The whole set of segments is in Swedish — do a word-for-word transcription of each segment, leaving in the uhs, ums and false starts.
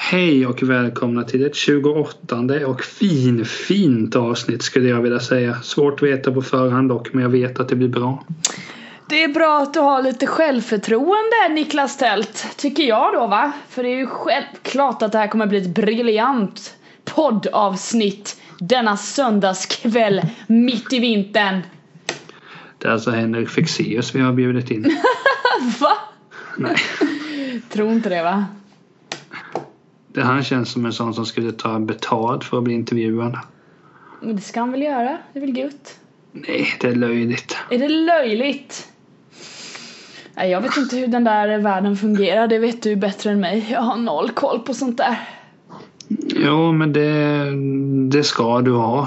Hej och välkomna till ett tjugoåttonde och fin, fint avsnitt skulle jag vilja säga. Svårt att veta på förhand dock, men jag vet att det blir bra. Det är bra att du har lite självförtroende, Niklas Tält, tycker jag då, va? För det är ju självklart att det här kommer bli ett briljant poddavsnitt denna söndagskväll mitt i vintern. Det är alltså Henrik Fexeus vi har bjudit in. Va? Nej. Tror inte det, va? Det här känns som en sån som skulle ta betalt för att bli intervjuad. Men det ska han väl göra? Det är väl gött? Nej, det är löjligt. Är det löjligt? Nej, jag vet inte hur den där världen fungerar. Det vet du bättre än mig. Jag har noll koll på sånt där. Jo, men det, det ska du ha.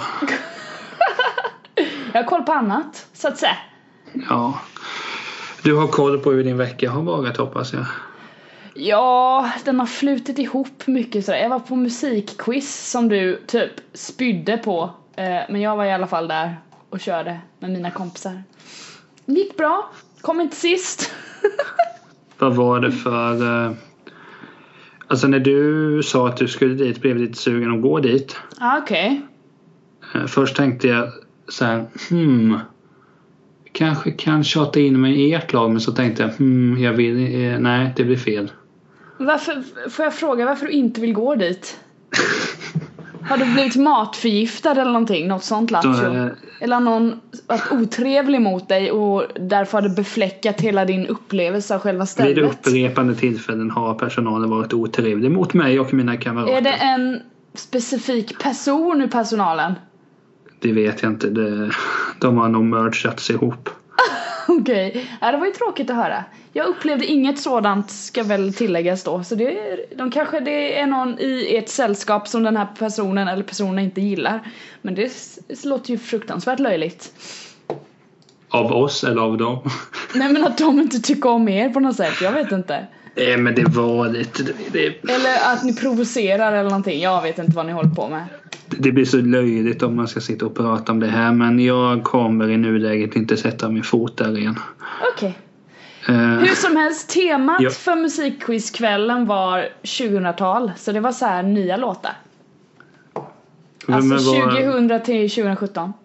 Jag har koll på annat, så att säga. Ja. Du har koll på hur din vecka har varit, hoppas jag. Ja, den har flutit ihop mycket sådär. Jag var på musikquiz som du typ spydde på. Men jag var i alla fall där och körde med mina kompisar. Det gick bra. Kom inte sist. Vad var det för... Alltså när du sa att du skulle dit blev lite sugen att gå dit. Ah, okej. Okay. Först tänkte jag så här, hmm... kanske kan tjata in mig i ert lag, men så tänkte jag, hmm, jag vill... Eh, nej, det blir fel. Varför, får jag fråga varför du inte vill gå dit? Har du blivit matförgiftad eller någonting? Något sånt lattjo? Äh... Eller har någon varit otrevlig mot dig och därför har det befläckat hela din upplevelse av själva stället? Vid upprepande tillfällen har personalen varit otrevlig mot mig och mina kamrater. Är det en specifik person i personalen? Det vet jag inte. Det, de har nog mergats ihop. Okej, okay. Ja, det var ju tråkigt att höra. Jag upplevde inget sådant, ska väl tilläggas då. Så det är, de kanske det är någon i ett sällskap som den här personen eller personen inte gillar. Men det, det låter ju fruktansvärt löjligt. Av oss eller av dem? Nej, men att de inte tycker om er på något sätt, jag vet inte. Nej, men det var lite... Det... Eller att ni provocerar eller någonting, jag vet inte vad ni håller på med. Det blir så löjligt om man ska sitta och prata om det här. Men jag kommer i nuläget inte sätta min fot där igen. Okej. Okay. Uh, Hur som helst, temat ja. för musikquizkvällen var tjugohundratal. Så det var så här nya låtar. Alltså var... tjugohundra till tjugosjutton.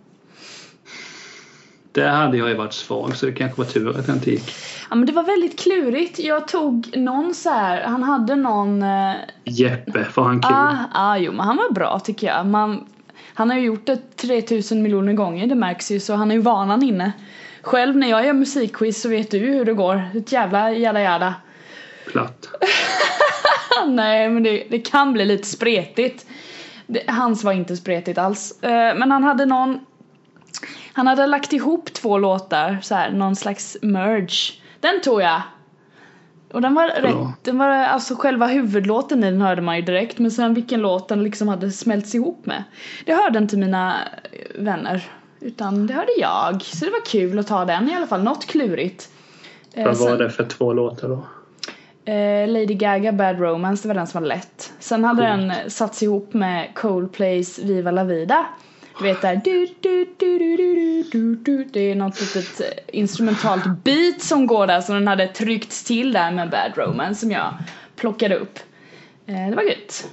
Det hade jag ju varit svag, så det kanske var tur att jag inte gick. Ja, men det var väldigt klurigt. Jag tog någon så här, han hade någon... Uh... Jeppe, var han kul? Ja, ah, ah, jo, men han var bra tycker jag. Man, han har ju gjort det tretusen miljoner gånger, det märks ju. Så han är ju vanan inne. Själv när jag gör musikquiz så vet du hur det går. Ett jävla jada jada. Platt. Nej, men det, det kan bli lite spretigt. Det, hans var inte spretigt alls. Uh, men han hade någon... Han hade lagt ihop två låtar, så här, någon slags merge. Den tog jag. Och den var rätt, den var alltså själva huvudlåten i den hörde man ju direkt, men sen vilken låt den liksom hade smälts ihop med. Det hörde inte mina vänner, utan det hörde jag. Så det var kul att ta den i alla fall, något klurigt. Vad var sen, det för två låtar då? Eh, Lady Gaga, Bad Romance, det var den som var lätt. Sen hade cool. den satts ihop med Coldplays Viva La Vida. Du vet där du, du, du, du, du, du, du. Det är något litet instrumentalt beat som går där, så den hade tryckts till där med Bad Romance som jag plockade upp. eh, Det var gött.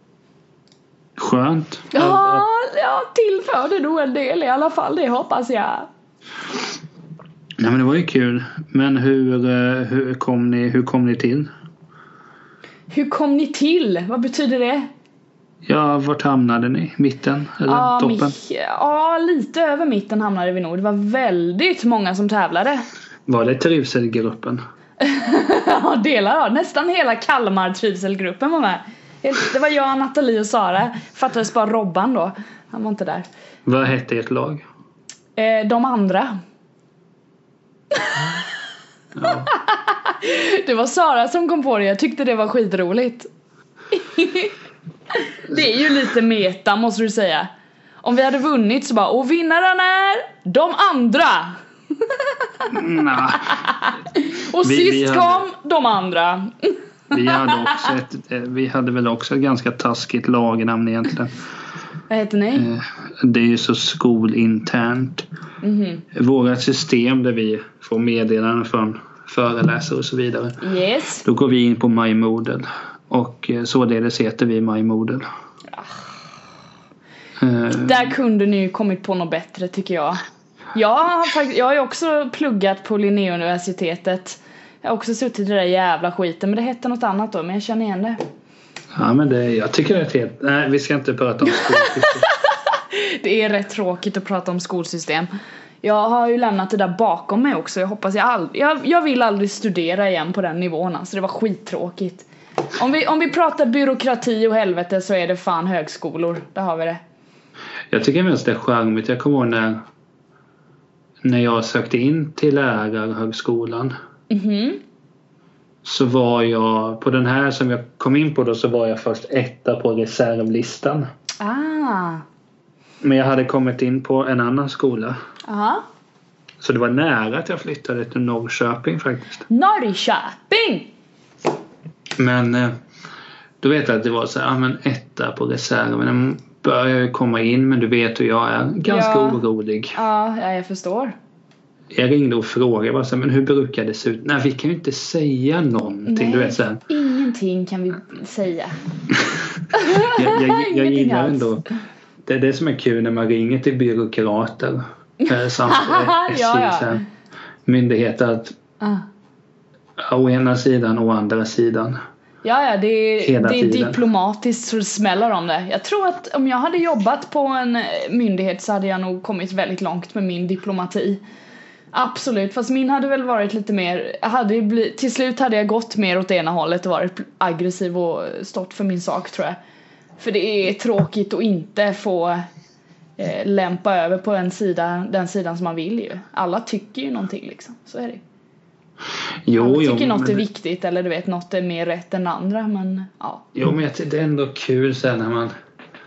Skönt. Ja, jag tillförde nog en del i alla fall, det hoppas jag. Nej, men det var ju kul. Men hur, hur, kom, ni, hur kom ni till? Hur kom ni till? Vad betyder det? Ja, vart hamnade ni? Mitten eller ja, toppen? Mi- ja, lite över mitten hamnade vi nog. Det var väldigt många som tävlade. Var det trivselgruppen? Ja, delar av. Nästan hela Kalmar trivselgruppen var med. Det var jag, Nathalie och Sara. Fattades bara Robban då. Han var inte där. Vad hette ert lag? Eh, de andra. Ja. Det var Sara som kom på det. Jag tyckte det var skitroligt. Det är ju lite meta, måste du säga. Om vi hade vunnit så bara, och vinnaren är de andra. Nah. Och vi, sist vi hade, kom de andra. Vi hade också ett, vi hade väl också ett ganska taskigt lagnamn egentligen. Vad heter ni? Det är ju så skolinternt. Mm-hmm. Vårat system där vi får meddelanden från föreläsare och så vidare. Yes. Då går vi in på My Moodle. Och således heter vi Majmodel. Ah. Uh, Där kunde ni ju kommit på något bättre tycker jag. Jag har, fakt- jag har ju också pluggat på Linnéuniversitetet. Jag har också suttit i det där jävla skiten. Men det hette något annat då, men jag känner igen det. Ja, men det, jag tycker det är helt... Nej, vi ska inte prata om skolsystem. Det är rätt tråkigt att prata om skolsystem. Jag har ju lämnat det där bakom mig också. Jag hoppas jag aldrig... Jag, jag vill aldrig studera igen på den nivån. Så det var skittråkigt. Om vi, om vi pratar byråkrati och helvete så är det fan högskolor. Där har vi det. Jag tycker mest det är charmigt. Jag kommer ihåg när, när jag sökte in till lärarhögskolan. Mhm. Så var jag, på den här som jag kom in på då, så var jag först etta på reservlistan. Ah. Men jag hade kommit in på en annan skola. Aha. Så det var nära att jag flyttade till Norrköping faktiskt. Norrköping! Men eh, då vet jag att det var så här, ja men etta på reserven. Den börjar ju komma in, men du vet hur jag är. Ganska Ja. orolig. Ja, jag förstår. Jag ringde och frågade bara så här, men hur brukar det se ut? Nej, vi kan ju inte säga någonting. Nej, Du vet, så här. Ingenting kan vi säga. jag, jag, jag Ingenting gillar alls. ändå. Det är det som är kul när man ringer till byråkrater. Eh, samt Ja, S J, ja. så här, myndigheter att Ah. å ena sidan och å andra sidan. Ja, ja, det är, Hela det är tiden. diplomatiskt så det smäller om det. Jag tror att om jag hade jobbat på en eh, myndighet så hade jag nog kommit väldigt långt med min diplomati. Absolut, fast min hade väl varit lite mer, hade ju bli, till slut hade jag gått mer åt ena hållet och varit aggressiv och stått för min sak tror jag. För det är tråkigt att inte få eh, lämpa över på en sida, den sidan som man vill ju. Alla tycker ju någonting liksom, så är det. Jo, Alla jo, tycker något men, är viktigt eller du vet, något är mer rätt än andra, men ja. jo, men jag tycker det är ändå kul sen när man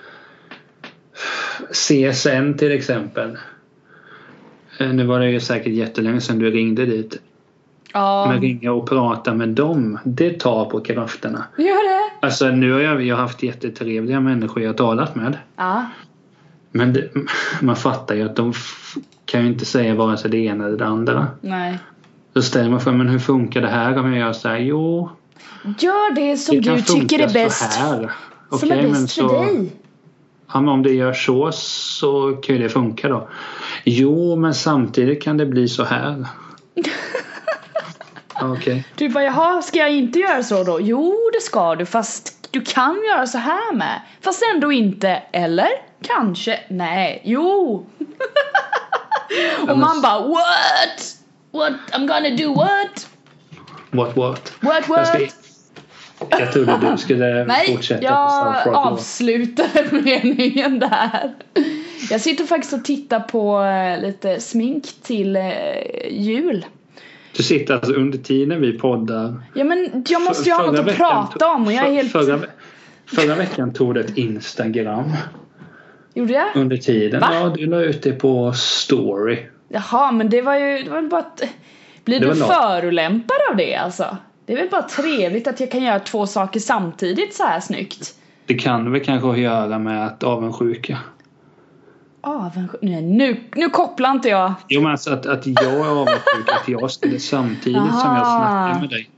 C S N till exempel. Eh, Nu var det ju säkert jättelänge sedan du ringde dit. Ja, Men ringa och prata med dem, det tar på krafterna. gör det. Alltså nu har jag, jag har haft jättetrevliga människor jag har talat med. Ja, Men det, man fattar ju att de f- kan ju inte säga vare sig det ena eller det andra. nej. Så ställer man för, men hur funkar det här om jag gör så här? Jo, Gör det som det kan du tycker funka är bäst. så här. Som Okej, är men bäst för så, dig. ja, men om det gör så så kan ju det funka då. Jo, men samtidigt kan det bli så här. Okej. Okay. Du bara, jaha, ska jag inte göra så då? Jo, det ska du, fast du kan göra så här med. Fast ändå inte, eller? Kanske, nej, jo. Och man bara, what? What? I'm gonna do what? What what? What, Jag, ska, what? jag trodde du skulle Nej, fortsätta. jag på South Park. avslutade meningen där. Jag sitter faktiskt och tittar på eh, lite smink till eh, jul. Du sitter alltså under tiden vi poddar. Ja, men jag måste ju ha något att prata om och jag är helt... Förra, förra veckan tog du ett Instagram. Gjorde jag? Under tiden. Va? Ja, du la ut det på story. Jaha, men det var ju det var väl bara att... Blir Det du var något. förolämpad av det alltså? Det är väl bara trevligt att jag kan göra två saker samtidigt så här snyggt. Det kan väl kanske göra med att avundsjuka. Avundsjuk... Nej, nu, nu kopplar inte jag. Jo, men alltså att, att jag är avundsjuk att jag skulle samtidigt som jag Aha. snackar med dig.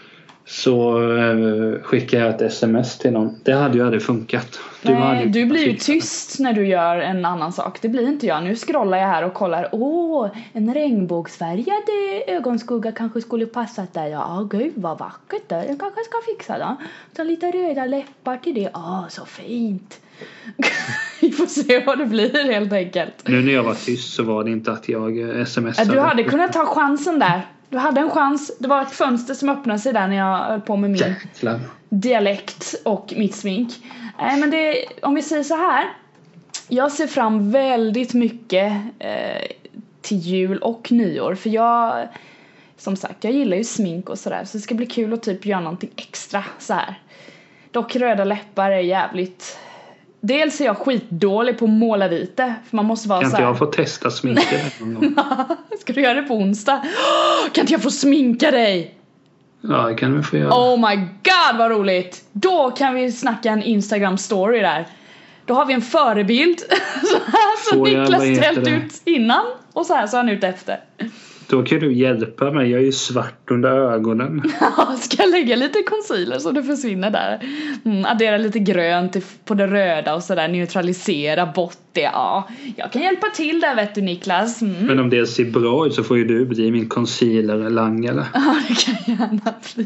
Så eh, skickar jag ett sms till någon. Det hade ju aldrig funkat. Du, hade Nej, ju du blir ju fixat det. tyst när du gör en annan sak. Det blir inte jag. Nu scrollar jag här och kollar. Åh, en regnbågsfärgad ögonskugga kanske skulle passa där. Ja, gud vad vackert. Där. Jag kanske ska fixa det. Så lite röda läppar till det. Åh, så fint. Vi får se vad det blir helt enkelt. Nu när jag var tyst så var det inte att jag smsade. Du hade kunnat ta chansen där. Du hade en chans. Det var ett fönster som öppnade sig där när jag höll på med min Jäklar. dialekt och mitt smink. Nej, men det, om vi säger så här. Jag ser fram väldigt mycket eh, till jul och nyår. För jag, som sagt, jag gillar ju smink och sådär. Så det ska bli kul att typ göra någonting extra så här. Dock röda läppar är jävligt... Dels är jag skitdålig på att måla vita. För man måste vara Kan så inte här... jag få testa sminket någon gång? Ska du göra det på onsdag? Kan inte jag få sminka dig? Ja, det kan vi få göra. Oh my god, vad roligt. Då kan vi snacka en Instagram story där. Då har vi en förebild. Så här så Får jag, Niklas vad heter ställt det? ut innan. Och så här så han ut efter. Då kan du hjälpa mig, jag är ju svart under ögonen. Ja, ska jag lägga lite concealer så det försvinner där. Mm, addera lite grönt på det röda och sådär, neutralisera bort det. Ja, jag kan hjälpa till där, vet du, Niklas. Mm. Men om det ser bra ut så får ju du bli min concealer-langare. Ja, det kan jag gärna bli.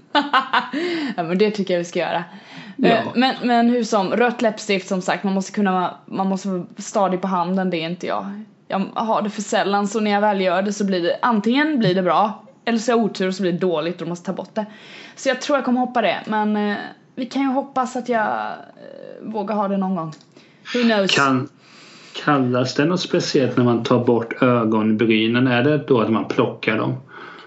Ja, men det tycker jag vi ska göra. Ja. Men, men hur som, rött läppstift som sagt, man måste kunna, man måste vara stadig på handen, det är inte jag. Jag har det för sällan, så när jag väl gör det så blir det, antingen blir det bra eller så är jag otur och så blir det dåligt och måste ta bort det. Så jag tror jag kommer hoppa det, men eh, vi kan ju hoppas att jag eh, vågar ha det någon gång. Who knows? Kan, kallas det något speciellt när man tar bort ögonbrynen? Är det då att man plockar dem?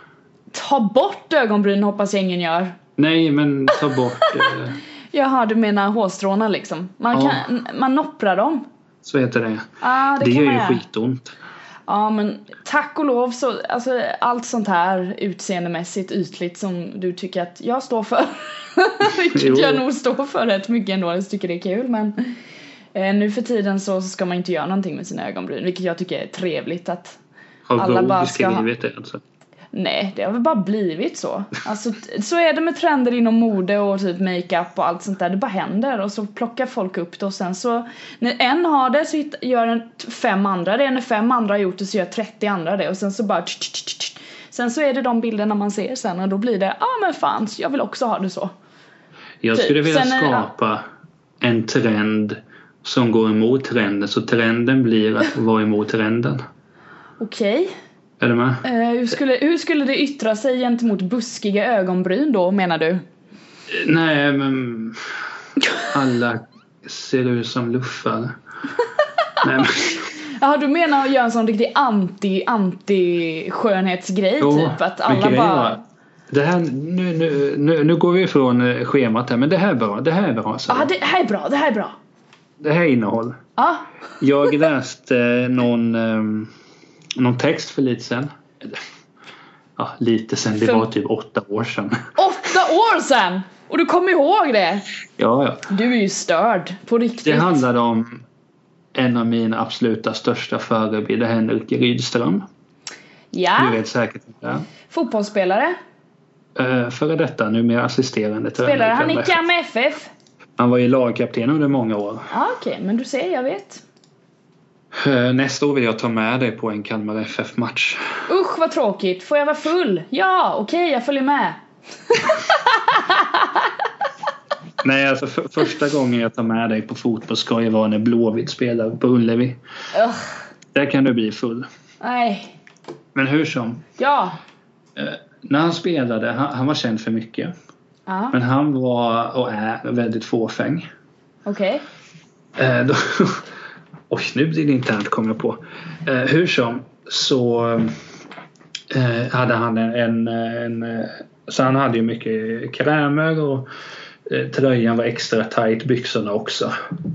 Ta bort ögonbryn hoppas jag ingen gör. Nej, men ta bort... eh, Jaha, du menar hårstråna liksom. Man, Ja. kan, man nopprar dem. så heter det. Ah, det det kan gör man ju göra. skitont. Ja, men tack och lov så, alltså allt sånt här utseendemässigt ytligt som du tycker att jag står för. Vilket Jo. jag nog står för rätt mycket ändå, jag tycker det är kul, men eh, nu för tiden så, så ska man inte göra någonting med sina ögonbryn, vilket jag tycker är trevligt att Har alla Vogue bara ska ha- beskrivit det alltså? nej, det har väl bara blivit så. Alltså, t- så är det med trender inom mode och typ makeup och allt sånt där. Det bara händer och så plockar folk upp det och sen så när en har det så hitt- gör en t- fem andra det. När fem andra har gjort det så gör trettio andra det och sen så bara tch, tch, tch, tch. Sen så är det de bilderna man ser sen och då blir det, ja ah, men fan, jag vill också ha det så. Jag Typ. skulle vilja Sen är- skapa en trend som går emot trenden. Så trenden blir att vara emot trenden. Okej. Är du med? Eh, hur, skulle, hur skulle det yttra sig gentemot buskiga ögonbryn då, menar du? Nej, men alla ser ut som luffar. Nej, men, Ja, du menar att göra en sån riktig anti, anti-skönhetsgrej jo, typ? Att men alla grejen bara... var- Det här, nu, nu, nu, nu går vi ifrån eh, schemat här, men det här är bra. Det här är bra. Så. Ja, det här är bra, det här är bra. Det här är innehåll. Ja, Jag läste eh, någon, eh, någon text för lite sen. Ja, lite sen. Det För- var typ åtta år sedan. åtta år sedan! Och du kommer ihåg det? Ja, ja. Du är ju störd, på riktigt. Det handlade om en av mina absoluta största förebilder, Henrik Rydström. Ja, Du vet säkert inte. fotbollsspelare. Uh, före detta, numera assisterande tränare Spelar i han i Kalmar F F. Kalmar F F? Han var ju lagkapten under många år. Ja, okej, men du ser, jag vet. Uh, nästa år vill jag ta med dig på en Kalmar F F-match. Usch, vad tråkigt. Får jag vara full? Ja, okej, jag följer med. Nej, alltså för, första gången jag tar med dig på fotboll ska ju vara när Blåvitt spelar på Ullevi. Ugh, Där kan du bli full. nej. Men hur som. Ja. Uh, när han spelade, han, han var känd för mycket. Ja, Men han var och är väldigt fåfäng. okej. Eh, då, oj, nu blir det internt, kommer jag på. Eh, hur som, så eh, hade han en, en, en... Så han hade ju mycket krämer och eh, tröjan var extra tight, byxorna också.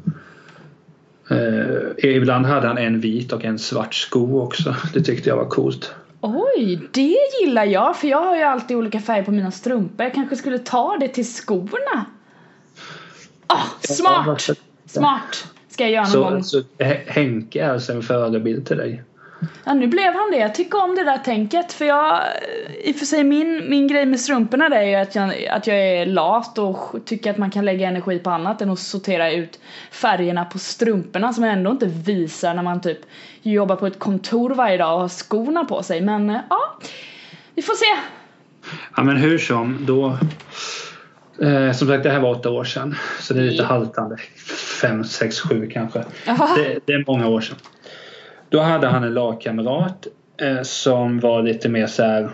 Eh, ibland hade han en vit och en svart sko också. Det tyckte jag var coolt. Oj, det gillar jag. För jag har ju alltid olika färger på mina strumpor. Jag kanske skulle ta det till skorna. Ah, smart! varför- Smart! Ska jag göra någon gång. Så, så Henke är alltså en förebild till dig. Ja, nu blev han det. Jag tycker om det där tänket. För jag, i och för sig min, min grej med strumporna där är ju att jag, att jag är lat och tycker att man kan lägga energi på annat än att sortera ut färgerna på strumporna som man ändå inte visar när man typ jobbar på ett kontor varje dag och har skorna på sig. Men ja, vi får se. Ja, men hur som, då... Eh, som sagt, det här var åtta år sedan. Så det är lite Ja. haltande. Fem, sex, sju kanske. Jaha. Det, det är många år sedan. Då hade han en lagkamrat eh, som var lite mer så här...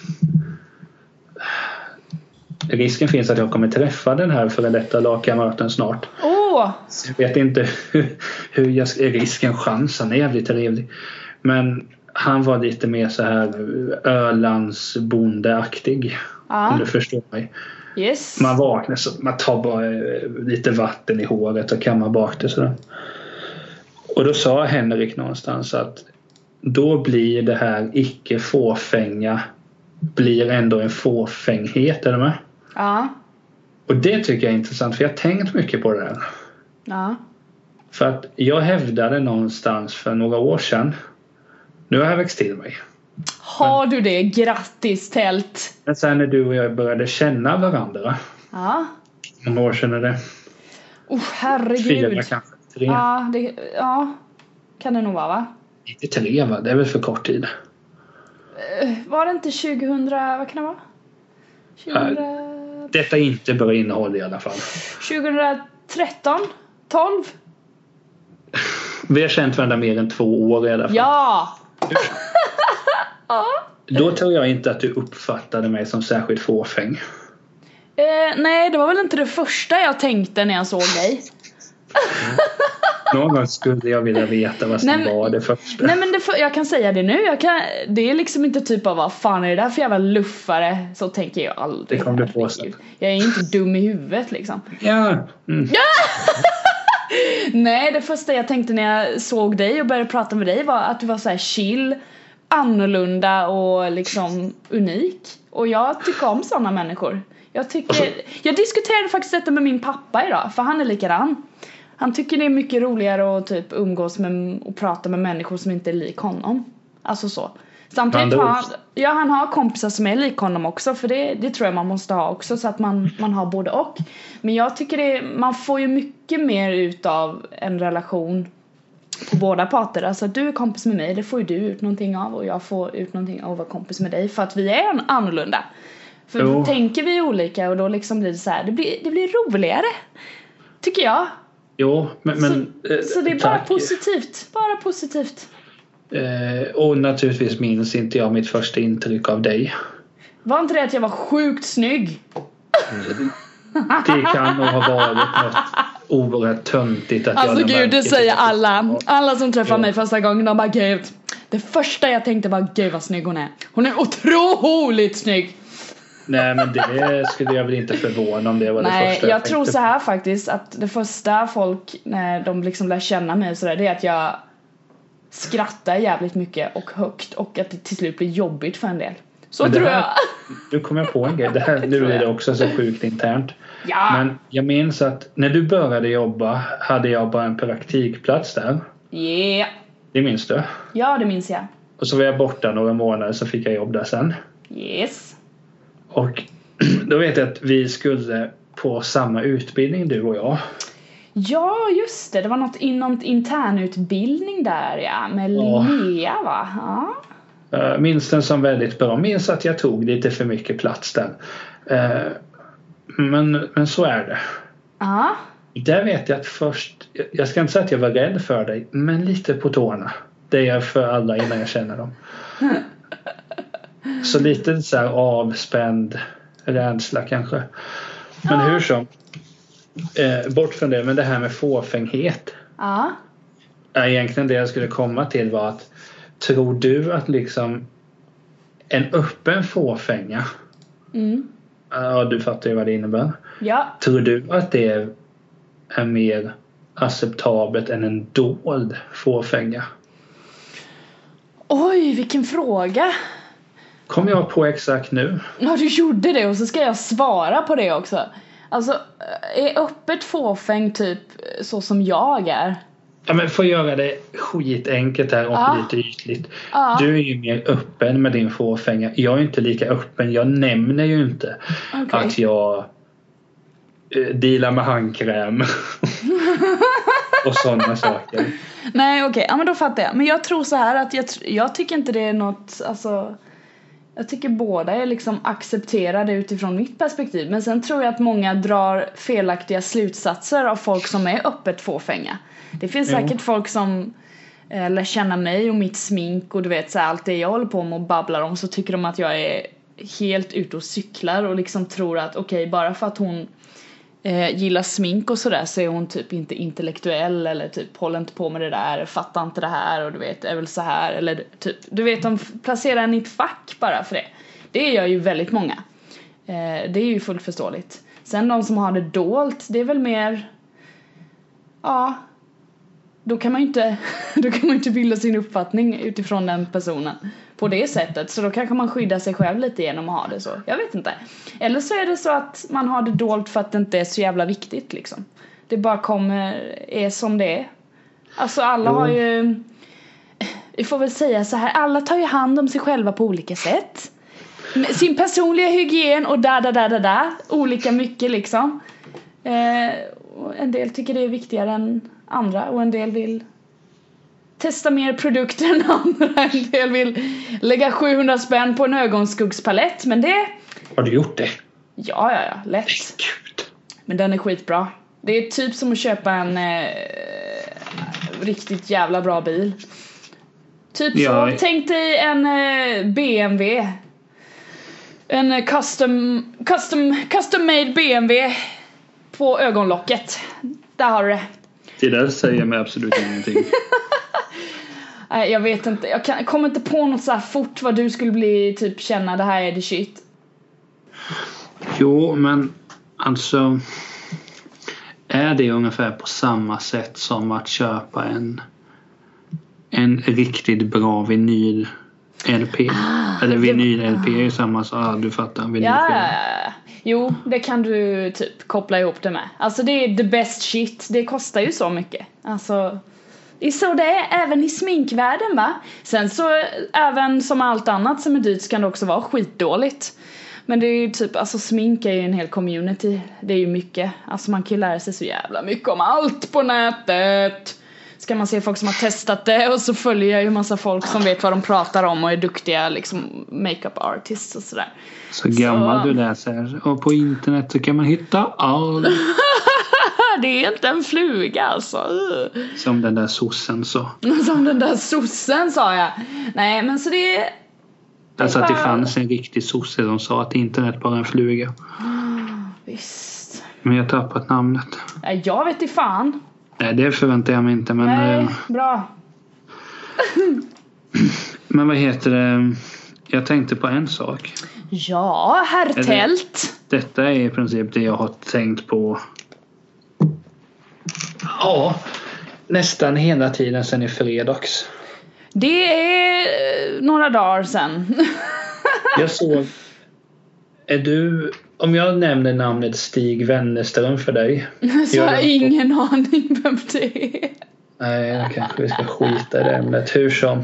Risken finns att jag kommer träffa den här före detta lagkamraten snart. Åh! Jag vet inte hur, hur jag, risken, chansen är jävligt trevlig. Men han var lite mer så här Ölandsbondeaktig. Ja. Om du förstår mig. Yes. Man vaknar så man tar bara eh, lite vatten i håret och kammar bak det sådär. Och då sa Henrik någonstans att då blir det här icke fåfänga blir ändå en fåfänghet, är du med? Ja. Och det tycker jag är intressant, för jag har tänkt mycket på det där. Ja. För att jag hävdade någonstans för några år sedan, nu har jag växt till mig, Har du det? Grattis, tält. Men sen när du och jag började känna varandra. Ja. Hur många år sedan är det? Oh, herregud. Fyra kanske. Tre. Ja, det, ja, kan det nog vara, va? Inte tre, va? Det är väl för kort tid. Uh, var det inte tjugohundra, vad kan det vara? tjugohundra... Detta är inte bra innehåll i alla fall. tjugohundratretton? tolv? Vi har känt varandra mer än två år i alla fall. Ja! Ja. Då tror jag inte att du uppfattade mig som särskilt fåfäng. Eh, nej, det var väl inte det första jag tänkte när jag såg dig. Någon gång skulle jag vilja veta vad som nej, var det första. Nej, men det för, jag kan säga det nu. Jag kan, det är liksom inte typ av vad fan är det där för jävla luffare. Så tänker jag aldrig. Det kom du på sen. Jag är inte dum i huvudet liksom. Ja. Mm. Nej, det första jag tänkte när jag såg dig och började prata med dig var att du var så här chill, annorlunda och liksom unik. Och jag tycker om sådana människor. Jag tycker, jag diskuterade faktiskt detta med min pappa idag, för han är likadan. Han tycker det är mycket roligare att typ umgås med och prata med människor som inte är lik honom. Alltså så. Samtidigt har han, ja, han har kompisar som är lik honom också, för det, det tror jag man måste ha också, så att man, man har både och. Men jag tycker det, man får ju mycket mer ut av en relation på båda parter. Alltså att du är kompis med mig, det får ju du ut någonting av, och jag får ut någonting av att vara kompis med dig, för att vi är annorlunda. För då tänker vi olika, och då liksom blir det så här, det blir, det blir roligare, tycker jag. Jo, men, men så, eh, så det är tack. bara positivt, bara positivt. Eh, och naturligtvis minns inte jag mitt första intryck av dig. Var inte det att jag var sjukt snygg? Mm. Det kan nog ha varit något oerhört töntigt att alltså jag gud, det säger alla. Alla som träffar ja. mig första gången, de bara gud. Det första jag tänkte var gud vad snygg hon är. Hon är otroligt snygg. Nej, men det skulle jag väl inte förvåna om det var Nej, det första jag, jag tror så här faktiskt, att det första folk när de liksom lär känna mig så där, det är att jag skrattar jävligt mycket och högt, och att det till slut blir jobbigt för en del. Så men tror här, jag. Du kommer på en grej. Det här, nu är det också så sjukt internt. Ja. Men jag minns att när du började jobba hade jag bara en praktikplats där. Yeah. Det minns du? Ja, det minns jag. Och så var jag borta några månader, så fick jag jobb där sen. Yes. Och då vet jag att vi skulle på samma utbildning, du och jag. Ja, just det. Det var något inom internutbildning där, ja. Med Linnea, va? Ja. Jag minns den som väldigt bra. Minns att jag tog lite för mycket plats där. Men, men så är det. Ja. Där vet jag att först, jag ska inte säga att jag var rädd för dig, men lite på tårna. Det är jag för alla innan jag känner dem. Så lite så här avspänd rädsla kanske. Men ja. Hur som, eh, bort från det, men det här med fåfänghet. Ja. Är egentligen det jag skulle komma till var att, tror du att liksom en öppen fåfänga, mm. ja, du fattar ju vad det innebär. Ja. Tror du att det är mer acceptabelt än en dold fåfänga? Oj, vilken fråga. Kom jag på exakt nu? Ja, du gjorde det, och så ska jag svara på det också. Alltså, är öppet fåfäng typ så som jag är? Ja, men får göra det skitenkelt här och ja. lite ytligt. Ja. Du är ju mer öppen med din fåfänga. Jag är inte lika öppen. Jag nämner ju inte okay. att jag eh, dealar med handkräm och sådana saker. Nej, okej. Okay. Ja, men då fattar jag. Men jag tror så här att jag, jag tycker inte det är något, alltså, jag tycker båda är liksom accepterade utifrån mitt perspektiv. Men sen tror jag att många drar felaktiga slutsatser av folk som är öppet fåfänga. Det finns säkert jo. folk som eh, lär känna mig och mitt smink och du vet så här, allt det jag håller på med och babblar om, så tycker de att jag är helt ute och cyklar och liksom tror att okej, okay, bara för att hon eh, gillar smink och sådär så är hon typ inte intellektuell, eller typ håller inte på med det där, fattar inte det här och du vet, är väl så här, eller typ, du vet, de placerar en i ett fack bara för det. Det gör ju väldigt många. Eh, det är ju fullt förståeligt. Sen de som har det dolt, det är väl mer, ja, då kan man ju inte då kan man inte bilda sin uppfattning utifrån den personen på det sättet. Så då kanske man skyddar sig själv lite genom att ha det så. Jag vet inte. Eller så är det så att man har det dolt för att det inte är så jävla viktigt liksom. Det bara kommer, är som det är. Alltså alla jo. har ju vi får väl säga så här, alla tar ju hand om sig själva på olika sätt. Sin personliga hygien och där, där, där, där, där. Olika mycket liksom. Eh, en del tycker det är viktigare än andra. Och en del vill testa mer produkter än andra. En del vill lägga sjuhundra spänn på en ögonskuggspalett. Men det... Har du gjort det? Ja, ja, ja. Lätt. Gud. Men den är skitbra. Det är typ som att köpa en eh, riktigt jävla bra bil. Typ ja. så. Tänk dig en eh, B M W. En custom, custom, custom made B M W på ögonlocket. Där har du det. Det där säger mig absolut ingenting. Nej, jag vet inte. Jag kan, kommer inte på något så här fort vad du skulle bli typ känna det här är the shit. Jo, men alltså är det ungefär på samma sätt som att köpa en en riktigt bra vinyl L P. Ah, eller vinyl L P är ju samma så ah, du fattar vinyl. Ja, ja, ja. Jo, det kan du typ koppla ihop det med. Alltså det är the best shit. Det kostar ju så mycket. Alltså det är så det är även i sminkvärlden, va? Sen så även som allt annat som är dyrt kan det också vara skitdåligt. Men det är ju typ, alltså smink är ju en hel community. Det är ju mycket. Alltså man kan ju lära sig så jävla mycket om allt på nätet. Ska man se folk som har testat det. Och så följer jag ju massa folk som vet vad de pratar om. Och är duktiga liksom makeup artists och sådär. Så gammal så... du läser. Och på internet så kan man hitta allt. Det är inte en fluga alltså. Som den där sossen sa. Som den där sossen sa jag. Nej men så det är... Alltså att det fanns en riktig sosse som sa att internet bara är en fluga. Mm, visst. Men jag har tappat namnet. Jag vet inte fan. Nej, det förväntar jag mig inte. Men, nej, äh, bra. Men vad heter det? Jag tänkte på en sak. Ja, herr Tält. Det, detta är i princip det jag har tänkt på. Ja, nästan hela tiden sedan i fredags. Det är några dagar sedan. Jag såg. Är du, om jag nämner namnet Stig Wennerström för dig. Så jag har ingen på... aning vem det är. Nej, då kanske vi ska skita i det ämnet. Hur som.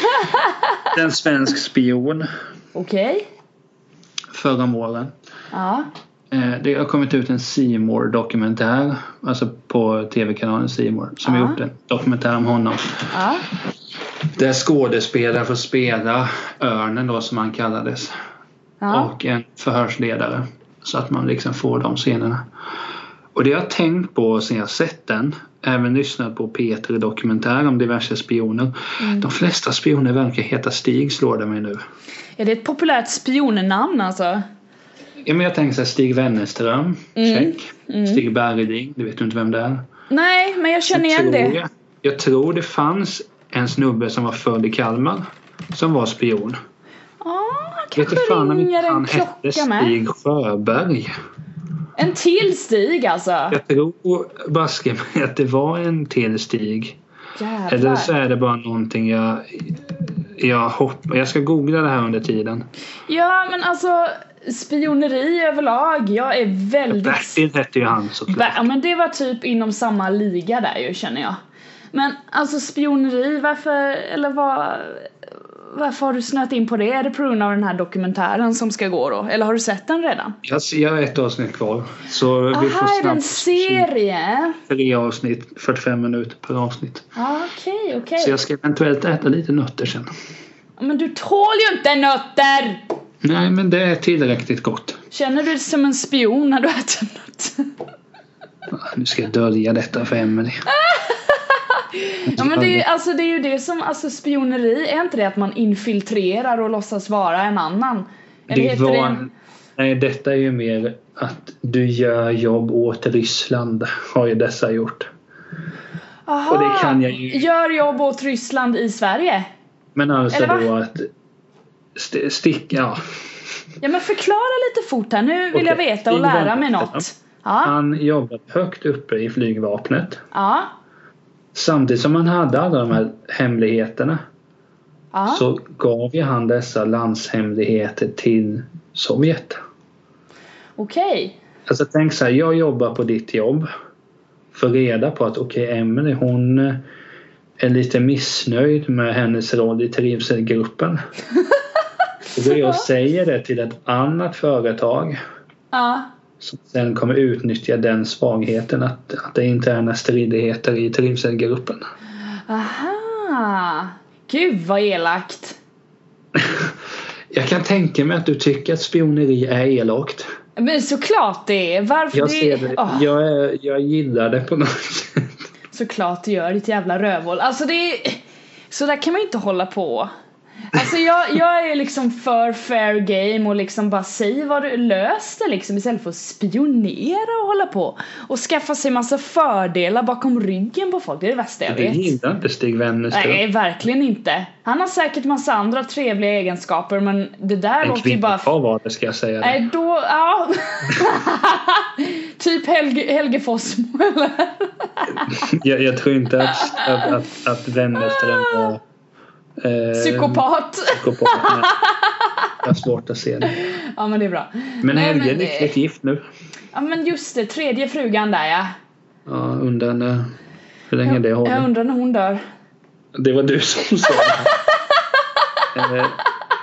En svensk spion. Okej. Okay. Förra målen. Ja. Det har kommit ut en C More dokumentär. Alltså på tv-kanalen C More. Som ja. har gjort en dokumentär om honom. Ja. Där skådespelare får spela Örnen då som han kallades. Ja. Och en förhörsledare. Så att man liksom får de scenerna. Och det jag har tänkt på sen jag sett den. Även lyssnat på Peter dokumentär om diverse spioner. Mm. De flesta spioner verkar heta Stig, slår det mig nu. Är det ett populärt spionnamn alltså? Ja, men jag tänker så här, Stig Wennerström. Mm. Check. Mm. Stig Bergling, du vet inte vem det är. Nej, men jag känner igen det. Jag, jag tror det fanns en snubbe som var född i Kalmar. Som var spion. Ja, kanske ringer en klocka med. Stig Sjöberg. En till Stig alltså. Jag tror baske med att det var en till Stig. Jävlar. Eller så är det bara någonting jag jag hoppas. Jag ska googla det här under tiden. Ja, men alltså spioneri överlag. Jag är väldigt... Bertil hette ju han såklart. Ja, men det var typ inom samma liga där ju, känner jag. Men alltså spioneri, varför eller vad varför har du snöat in på det? Är det på grund av den här dokumentären som ska gå då? Eller har du sett den redan? Jag, jag har ett avsnitt kvar. Så aha, vi får snabbt... är det en serie? Tre avsnitt, fyrtiofem minuter per avsnitt. Ah, okej, okay, okej. Okay. Så jag ska eventuellt äta lite nötter sen. Men du tål ju inte nötter! Nej, men det är tillräckligt gott. Känner du dig som en spion när du äter nötter? Nu ska jag dölja detta för Emily. Ja, men det är, alltså, det är ju det som alltså, spioneri, är inte det att man infiltrerar och låtsas vara en annan? Eller det var, det... Nej, detta är ju mer att du gör jobb åt Ryssland, har ju dessa gjort. Aha, och det kan jag ju... gör jobb åt Ryssland i Sverige? Men alltså då att st- sticka, ja. Ja, men förklara lite fort här, nu vill okay. jag veta och lära mig något. Ja. Han jobbade högt uppe i flygvapnet. Ja. Samtidigt som han hade alla de här hemligheterna. Ja. Så gav ju han dessa landshemligheter till Sovjet. Okej. Okay. Alltså tänk så här, jag jobbar på ditt jobb. För reda på att okej, okay, Emily hon är lite missnöjd med hennes roll i trivselgruppen. Och då jag säger det till ett annat företag. Ja. Som sen kommer utnyttja den svagheten att, att det är interna stridigheter i trivselgruppen. Aha. Gud vad elakt. Jag kan tänka mig att du tycker att spioneri är elakt. Men såklart det är. Varför jag det? Ser det. Oh. Jag, är, jag gillar det på något sätt. Såklart det gör, ditt jävla rövhål. Alltså det är... Så där kan man inte hålla på. Alltså jag, jag är liksom för fair game och liksom bara säg vad du löste liksom istället för att spionera och hålla på och skaffa sig massa fördelar bakom ryggen på folk. Det är det värsta jag det vet. Det gillar inte Stig Wennerström. Nej, verkligen inte. Han har säkert massa andra trevliga egenskaper, men det där en låter ju bara... En kvinna var det, ska jag säga. Det. Nej, då... Ja. Typ Helge, Helge Fossmo, eller? jag, jag tror inte att, att, att, att Wennerström var... Eh, psykopat. Psykopat, nej. Jag har svårt att se det. Ja, men det är bra. Men Helge är riktigt gift nu. Ja, men just det, tredje frugan där, ja. Ja, undrar när, hur länge jag, det håller. Jag undrar när hon dör. Det var du som sa det. eh,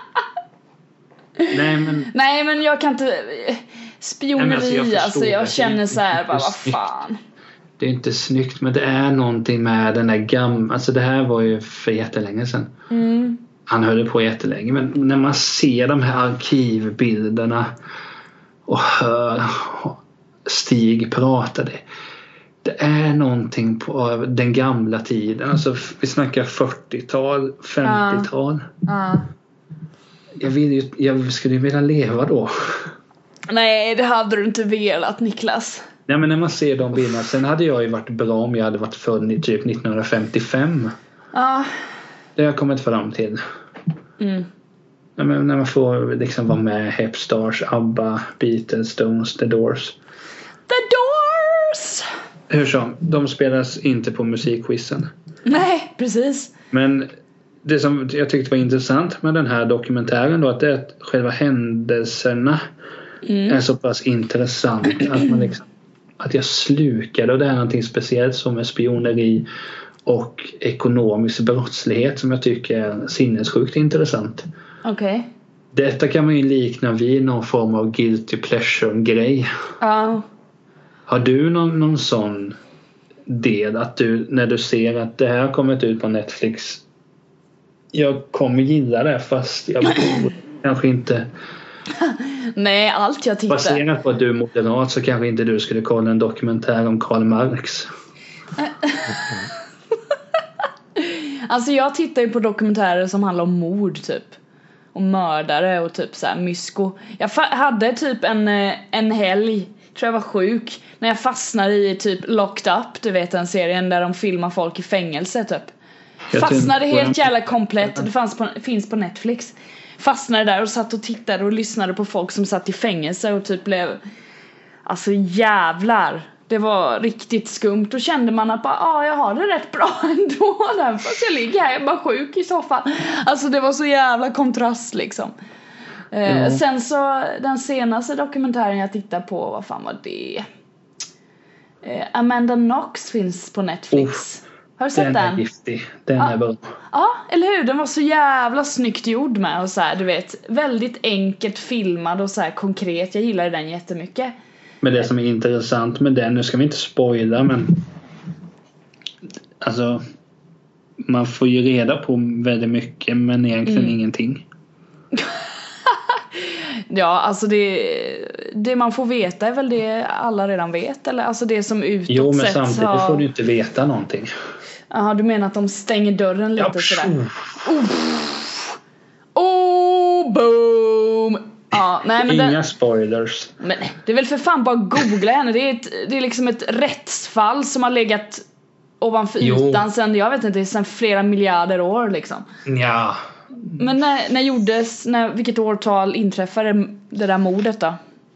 nej, men... Nej, men jag kan inte... Spioneri, nej, alltså jag, alltså, jag känner så här, bara vad fan. Det är inte snyggt, men det är någonting med den där gamla... Alltså det här var ju för jättelänge sedan. Mm. Han höll på jättelänge. Men när man ser de här arkivbilderna och hör Stig prata, det, det är någonting på den gamla tiden. Alltså vi snackar fyrtiotal, femtiotal. Ja. Jag, vill ju, jag skulle ju vilja leva då. Nej, det hade du inte velat, Niklas. Nej, men när man ser de bilderna. Sen hade jag ju varit bra om jag hade varit född i typ nittonhundrafemtiofem. Ja. Det har jag kommit fram till. Mm. Ja, men när man får liksom vara med Hepstars, ABBA, Beatles, Stones, The Doors. The Doors! Hur som, de spelas inte på musikquizen. Nej, precis. Men det som jag tyckte var intressant med den här dokumentären då, att det är att själva händelserna mm. är så pass intressant att man liksom, att jag slukade, och det är någonting speciellt som är spioneri och ekonomisk brottslighet som jag tycker är sinnessjukt intressant. Okej. Okay. Detta kan man ju likna vid någon form av guilty pleasure-grej. Ja. Uh. Har du någon, någon sån del att du, när du ser att det här har kommit ut på Netflix, jag kommer gilla det fast jag kanske inte... Nej, allt jag tittar. Baserat på att du är moderat så kanske inte du skulle kolla en dokumentär om Karl Marx. Alltså jag tittar ju på dokumentärer som handlar om mord typ. Och mördare och typ så här mysko. Jag fa- hade typ en, en helg, tror jag var sjuk, när jag fastnade i typ Locked Up, du vet den serien där de filmar folk i fängelse typ. Jag fastnade helt jävla komplett. Det fanns på, finns på Netflix. Fastnade där och satt och tittade och lyssnade på folk som satt i fängelse och typ blev, alltså jävlar, det var riktigt skumt. Då kände man att bara, ah, jag har det rätt bra ändå där, fast jag ligger här, jag är bara sjuk i soffan. Alltså det var så jävla kontrast liksom. eh, ja. Sen så den senaste dokumentären jag tittade på, vad fan var det? eh, Amanda Knox finns på Netflix. Uff. Har du sett den? Den är giftig. Den ja. är bra. Ja, eller hur? Den var så jävla snyggt gjord med och så här, du vet, väldigt enkelt filmad och så här konkret. Jag gillade den jättemycket. Men det som är intressant med den, nu ska vi inte spoila, men alltså man får ju reda på väldigt mycket men egentligen mm. ingenting. Ja, alltså det, det man får veta är väl det alla redan vet, eller alltså det som utåt sett. Jo, men samtidigt har... får du inte veta någonting. Jaha, du menar att de stänger dörren lite ja, sådär? Oh. Oh, boom! Ja, nej, men inga den... spoilers. Men det är väl för fan bara googla henne. Det är, ett, det är liksom ett rättsfall som har legat ovanför jo. ytan sen, jag vet inte, sen flera miljarder år liksom. Ja. Men när, när gjordes, när, vilket årtal inträffade det där mordet då?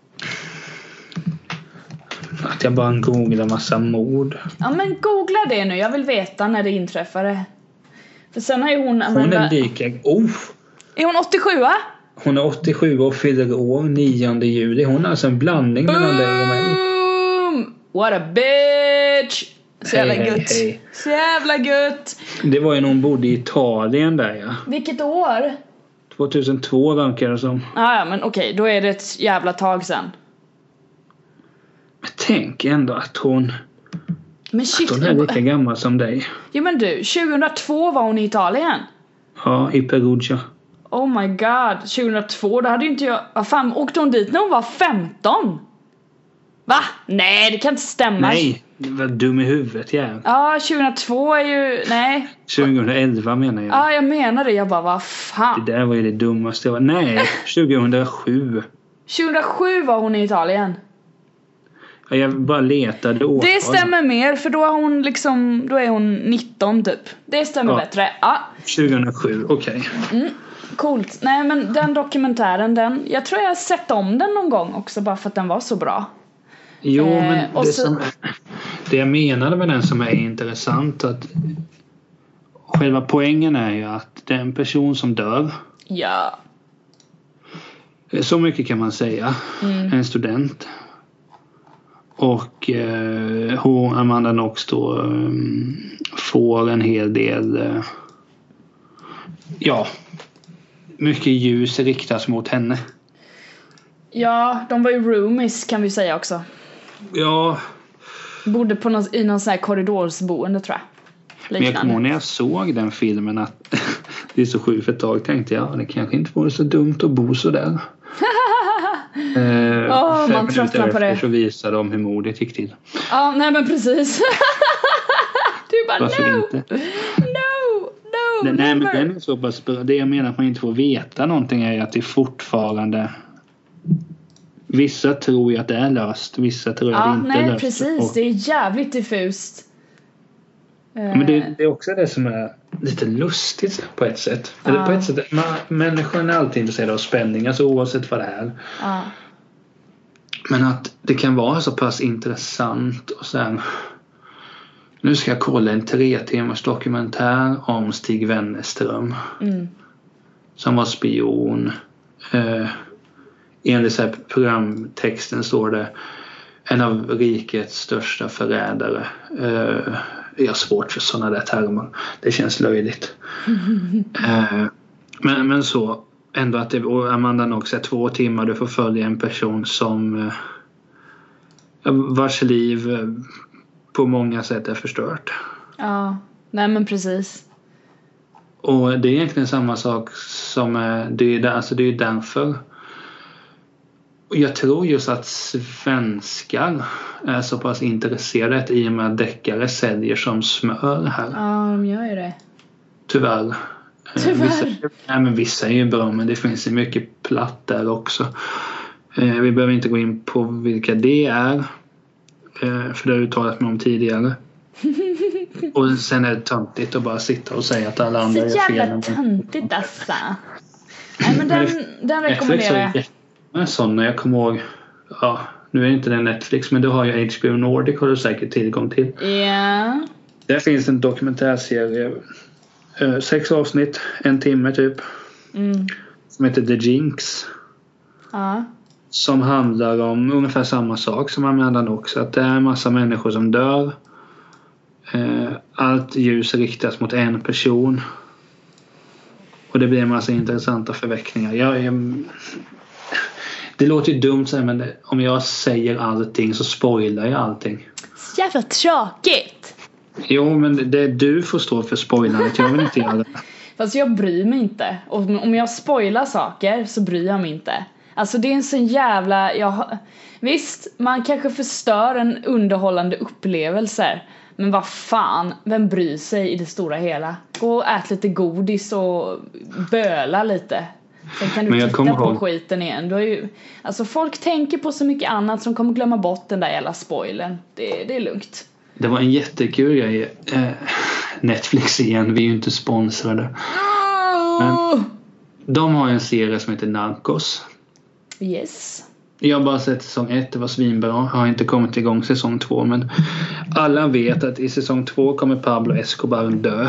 Att jag bara googlar massa mord. Ja, men googla det nu, jag vill veta när det inträffade. För sen har ju hon... Hon Amanda... är lika... Oh. Är hon åttiosju, va? Hon är åttiosju och fyller år nionde juli. Hon är alltså en blandning mellan dig och mig. What a bitch! Så jävla Hej, hej, gött. hej. Så jävla gött. Det var ju någon bodde i Italien där, ja. Vilket år? tjugohundratvå verkar det som. Ah, ja, men okej, då är det ett jävla tag sen. Men tänk ändå att hon, Men shit. att hon är lika gammal som dig. Jo men du, tjugohundratvå var hon i Italien. Ja, i Perugia. Oh my god, tjugohundratvå, då hade ju inte jag... Vad fan, åkte hon dit när hon var femton? Va? Nej, det kan inte stämma. Nej, det var dum i huvudet, ja. Ja, tjugohundratvå är ju... Nej. tjugohundraelva menar jag. Ja, jag menar det. Jag bara, vad fan. Det där var ju det dummaste jag var. Nej, tjugohundrasju. tjugohundrasju var hon i Italien. Ja, jag bara letade åt. Det stämmer mer, för då är hon liksom... Då är hon nitton typ. Det stämmer Ja. bättre. Ja. tjugohundrasju, okej. Okay. Mm, coolt. Nej, men den dokumentären, den... Jag tror jag har sett om den någon gång också, bara för att den var så bra. Jo, Eh, men och det, så- som, det jag menade med den som är intressant, att själva poängen är ju att det är en person som dör. Ja. Så mycket kan man säga. Mm. En student. Och eh, hon, Amanda Knox då, eh, får en hel del eh, ja, mycket ljus riktas mot henne. Ja, de var ju roomies kan vi säga också. Ja, Bodde på någon, i någon sån här korridorsboende tror jag. men jag kommer Liknande. ihåg när jag såg den filmen att det är så sjukt, för ett tag tänkte jag det kanske inte vore så dumt att bo så där. eh, Åh, fem man minuter tröttnar på det. efter så visade de hur mordet gick till. Ja, nej men precis. Du bara Varför no, inte? no, no, Nej, nej, men never. den är så pass bra. Det jag menar att man inte får veta någonting är att det fortfarande, vissa tror ju att det är löst, vissa tror att Ja, det inte är nej löst. precis, Och, det är jävligt diffust. men det, det är också det som är lite lustigt på ett sätt. Eller Ja. på ett sätt, man, människan är alltid intresserad av spänning, alltså oavsett vad det är. Ja. Men att det kan vara så pass intressant och sen, nu ska jag kolla en tre timmars dokumentär om Stig Wennerström. Mm. Som var spion. Eh, enligt så här programtexten står det en av rikets största förrädare. Eh, jag har svårt för sådana där termer. Det känns löjligt. eh, men, men så ändå att det, och Amanda Knox är två timmar du får följa en person som eh, vars liv eh, på många sätt är förstört. Ja, nej men precis. Och det är egentligen samma sak som är, det är, där, alltså det är därför. Och jag tror just att svenskar är så pass intresserade i och med att deckare säljer som smör här. Ja, de gör ju det. Tyvärr. Tyvärr. Vissa, nej, men vissa är ju bra, men det finns ju mycket platt där också. Eh, vi behöver inte gå in på vilka det är. Eh, för det har jag uttalat mig om tidigare. Och sen är det töntigt att bara sitta och säga att alla andra Så gör fel. jävla töntigt alltså. Nej men den, den rekommenderar jag. Netflix har ju sådana, jag kommer ihåg, ja, nu är inte det Netflix, men du har ju H B O Nordic, har du säkert tillgång till. Ja. Där finns en dokumentärserie, eh, sex avsnitt, en timme typ, Mm. som heter The Jinx. Ja. Som handlar om ungefär samma sak som Amanda Knox, att det är en massa människor som dör. Eh, allt ljus riktas mot en person. Och det blir en massa intressanta förvecklingar. Jag, jag, det låter ju dumt så här, men det, om jag säger allting så spoilar jag allting. Så jävla tråkigt. Jo, men det, du får stå för spoilandet. Jag vill inte göra det. Fast jag bryr mig inte. Och om jag spoilar saker så bryr jag mig inte. Alltså det är en sån jävla... Jag, visst, man kanske förstör en underhållande upplevelse. Men vad fan, vem bryr sig i det stora hela? Gå och ät lite godis och böla lite. Sen kan du Men jag titta kommer på ihåg- skiten igen. Du har ju, alltså folk tänker på så mycket annat som kommer glömma bort den där jävla spoilern. Det, det är lugnt. Det var en jättekul grej. Eh, Netflix igen, vi är ju inte sponsrade. Men de har en serie som heter Narcos. Yes. Jag har bara sett säsong ett, det var svinbra. Jag har inte kommit igång säsong två, men alla vet att i säsong två kommer Pablo Escobar dö.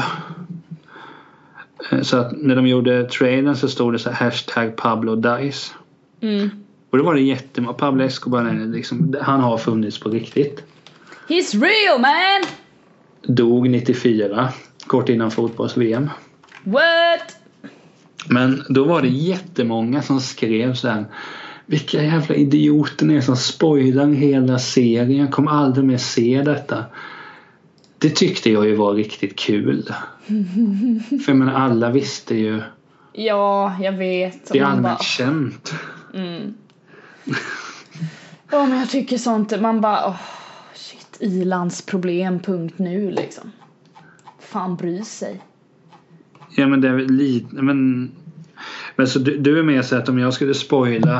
Så att när de gjorde trailern så stod det så här, hashtag Pablo dies. Mm. Och då var det jättemånga. Pablo Escobar är liksom, han har funnits på riktigt. He's real man! dog nittiofyra, kort innan fotbolls-V M. What? Men då var det jättemånga som skrev så här: vilka jävla idioter ni är som spoilar hela serien. Jag kommer aldrig mer se detta. Det tyckte jag ju var riktigt kul. För men alla visste ju. Ja, jag vet. Det är allmänt bara... känt. Mm. Ja, men jag tycker sånt. Man bara, oh, shit, ilandsproblem, punkt nu liksom. Fan bryr sig. Ja, men det är lite, men men så du, du är med så att om jag skulle spoila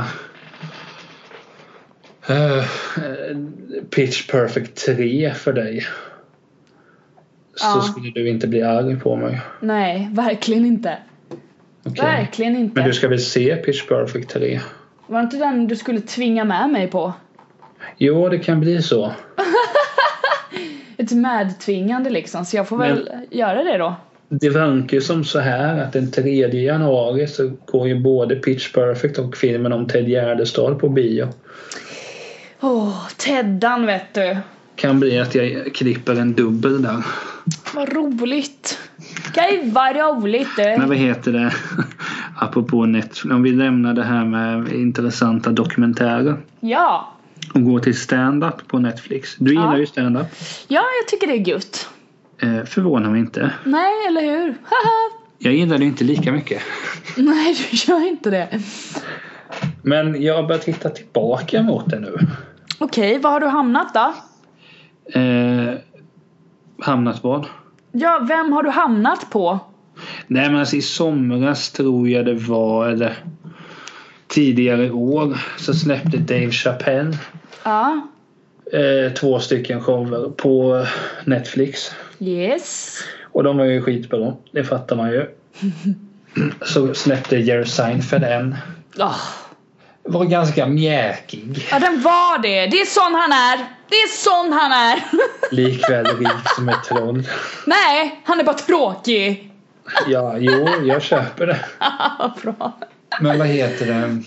uh, Pitch Perfect tre för dig, så ja. skulle du inte bli arg på mig. Nej, verkligen inte. Okay. Verkligen inte. Men du ska väl se Pitch Perfect tre? Var inte den du skulle tvinga med mig på? Jo, det kan bli så. Ett medtvingande liksom. Så jag får väl men göra det då. Det verkar som så här att den tredje januari så går ju både Pitch Perfect och filmen om Ted Gärdestad på bio. Åh, oh, Teddan vet du. Kan bli att jag klipper en dubbel där. Vad roligt. Gud, vad roligt du. Men vad heter det? Apropå Netflix. Om vi lämnar det här med intressanta dokumentärer. Ja. Och går till stand-up på Netflix. Du gillar ja. ju stand-up. Ja, jag tycker det är gött. Eh, förvånar mig inte. Nej, eller hur? Jag gillar det inte lika mycket. Nej, du gör inte det. Men jag har börjat titta tillbaka mot det nu. Okej, okay, vad har du hamnat då? Eh, hamnat vad? Ja, vem har du hamnat på? Nej, men alltså i somras tror jag det var, eller tidigare år, så släppte Dave Chappelle ja. eh, två stycken shower på Netflix. Yes. Och de var ju skitbra, det fattar man ju. Så släppte Jerry Seinfeld en. Oh. Var ganska mjäkig. Ja, den var det. Det är sån han är. Det är sån han är. Likväl rik som ett troll. Nej, han är bara tråkig. Ja, jo, jag köper det. Bra. Men vad heter det?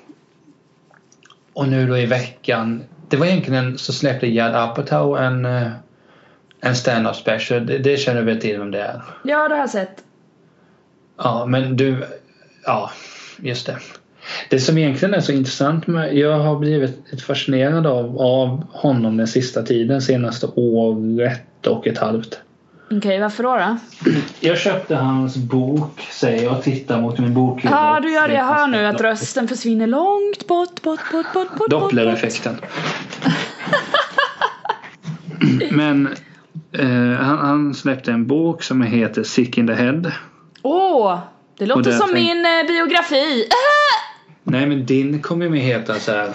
Och nu då i veckan, det var egentligen en, så släppte Judd Apatow en, en stand-up special. Det, det känner vi till om det är. Ja, det har jag sett. Ja, men du, ja, just det. Det som egentligen är så intressant med, jag har blivit lite fascinerad av, av honom den sista tiden, senaste året och ett halvt. Okej, okay, varför då då? Jag köpte hans bok, säger jag, och tittar mot min bok. Ja, du gör det. Jag hör nu att rösten försvinner långt bort, bort, bort, bort, bort. Doppler-effekten. Men eh, han, han släppte en bok som heter Sick in the Head. Åh, oh, det låter som tänk... min eh, biografi. Nej, men din kommer ju med heta så här.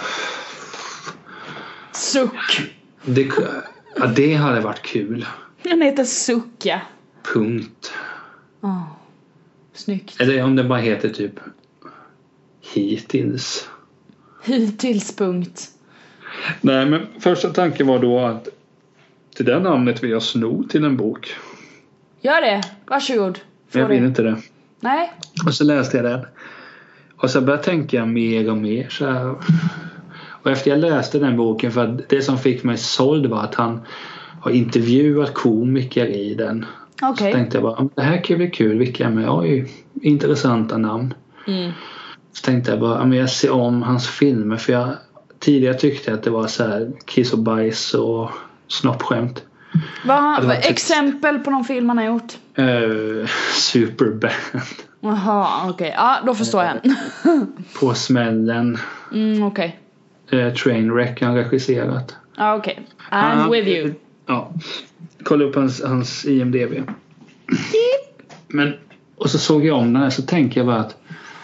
Suck. Det, ja, det hade varit kul. Den heter Suck, ja. Punkt. Oh, snyggt. Eller om det bara heter typ Hittills. Hittills, punkt. Nej, men första tanken var då att till det namnet vill jag sno till en bok. Gör det, varsågod. Får jag vill det. Inte det. Nej. Och så läste jag den. Och så började jag tänka mer och mer så här. Och efter jag läste den boken, för att det som fick mig såld var att han har intervjuat komiker i den. Okay. Så tänkte jag bara, det här kan bli kul, vilka är med? Oj, intressanta namn. Mm. Så tänkte jag bara, jag ser om hans filmer, för jag tidigare tyckte att det var så här kiss och bajs och snoppskämt. Vad var exempel på någon film han har gjort? Uh, Superbad. Jaha, okej. Okay. Ja, då förstår jag. På smällen. Mm, okej. Okay. Uh, Trainwreck han regisserat. Ja, okej. Okay. I'm uh, with you. Ja. Kolla upp hans, hans I M D B. Men, och så såg jag om den här, så tänker jag bara att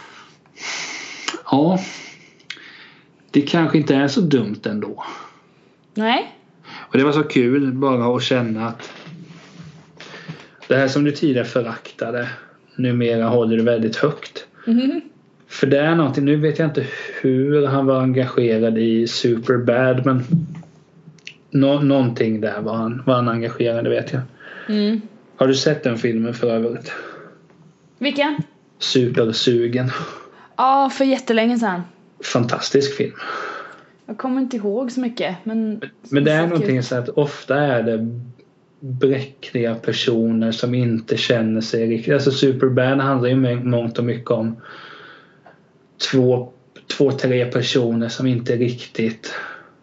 ja, det kanske inte är så dumt ändå. Nej. Och det var så kul bara att känna att det här som du tidigare föraktade numera håller du väldigt högt. Mm-hmm. För det är någonting, nu vet jag inte hur han var engagerad i Superbad, men nå, någonting där var han, var han engagerad, det vet jag. Mm. Har du sett den filmen för övrigt? Vilken? Supersugen. Ja, för jättelänge sedan. Fantastisk film. Jag kommer inte ihåg så mycket. Men, men, men det är någonting så att ofta är det bräckliga personer som inte känner sig riktigt. Alltså Superbad handlar ju mångt och mycket om två, två tre personer som inte riktigt,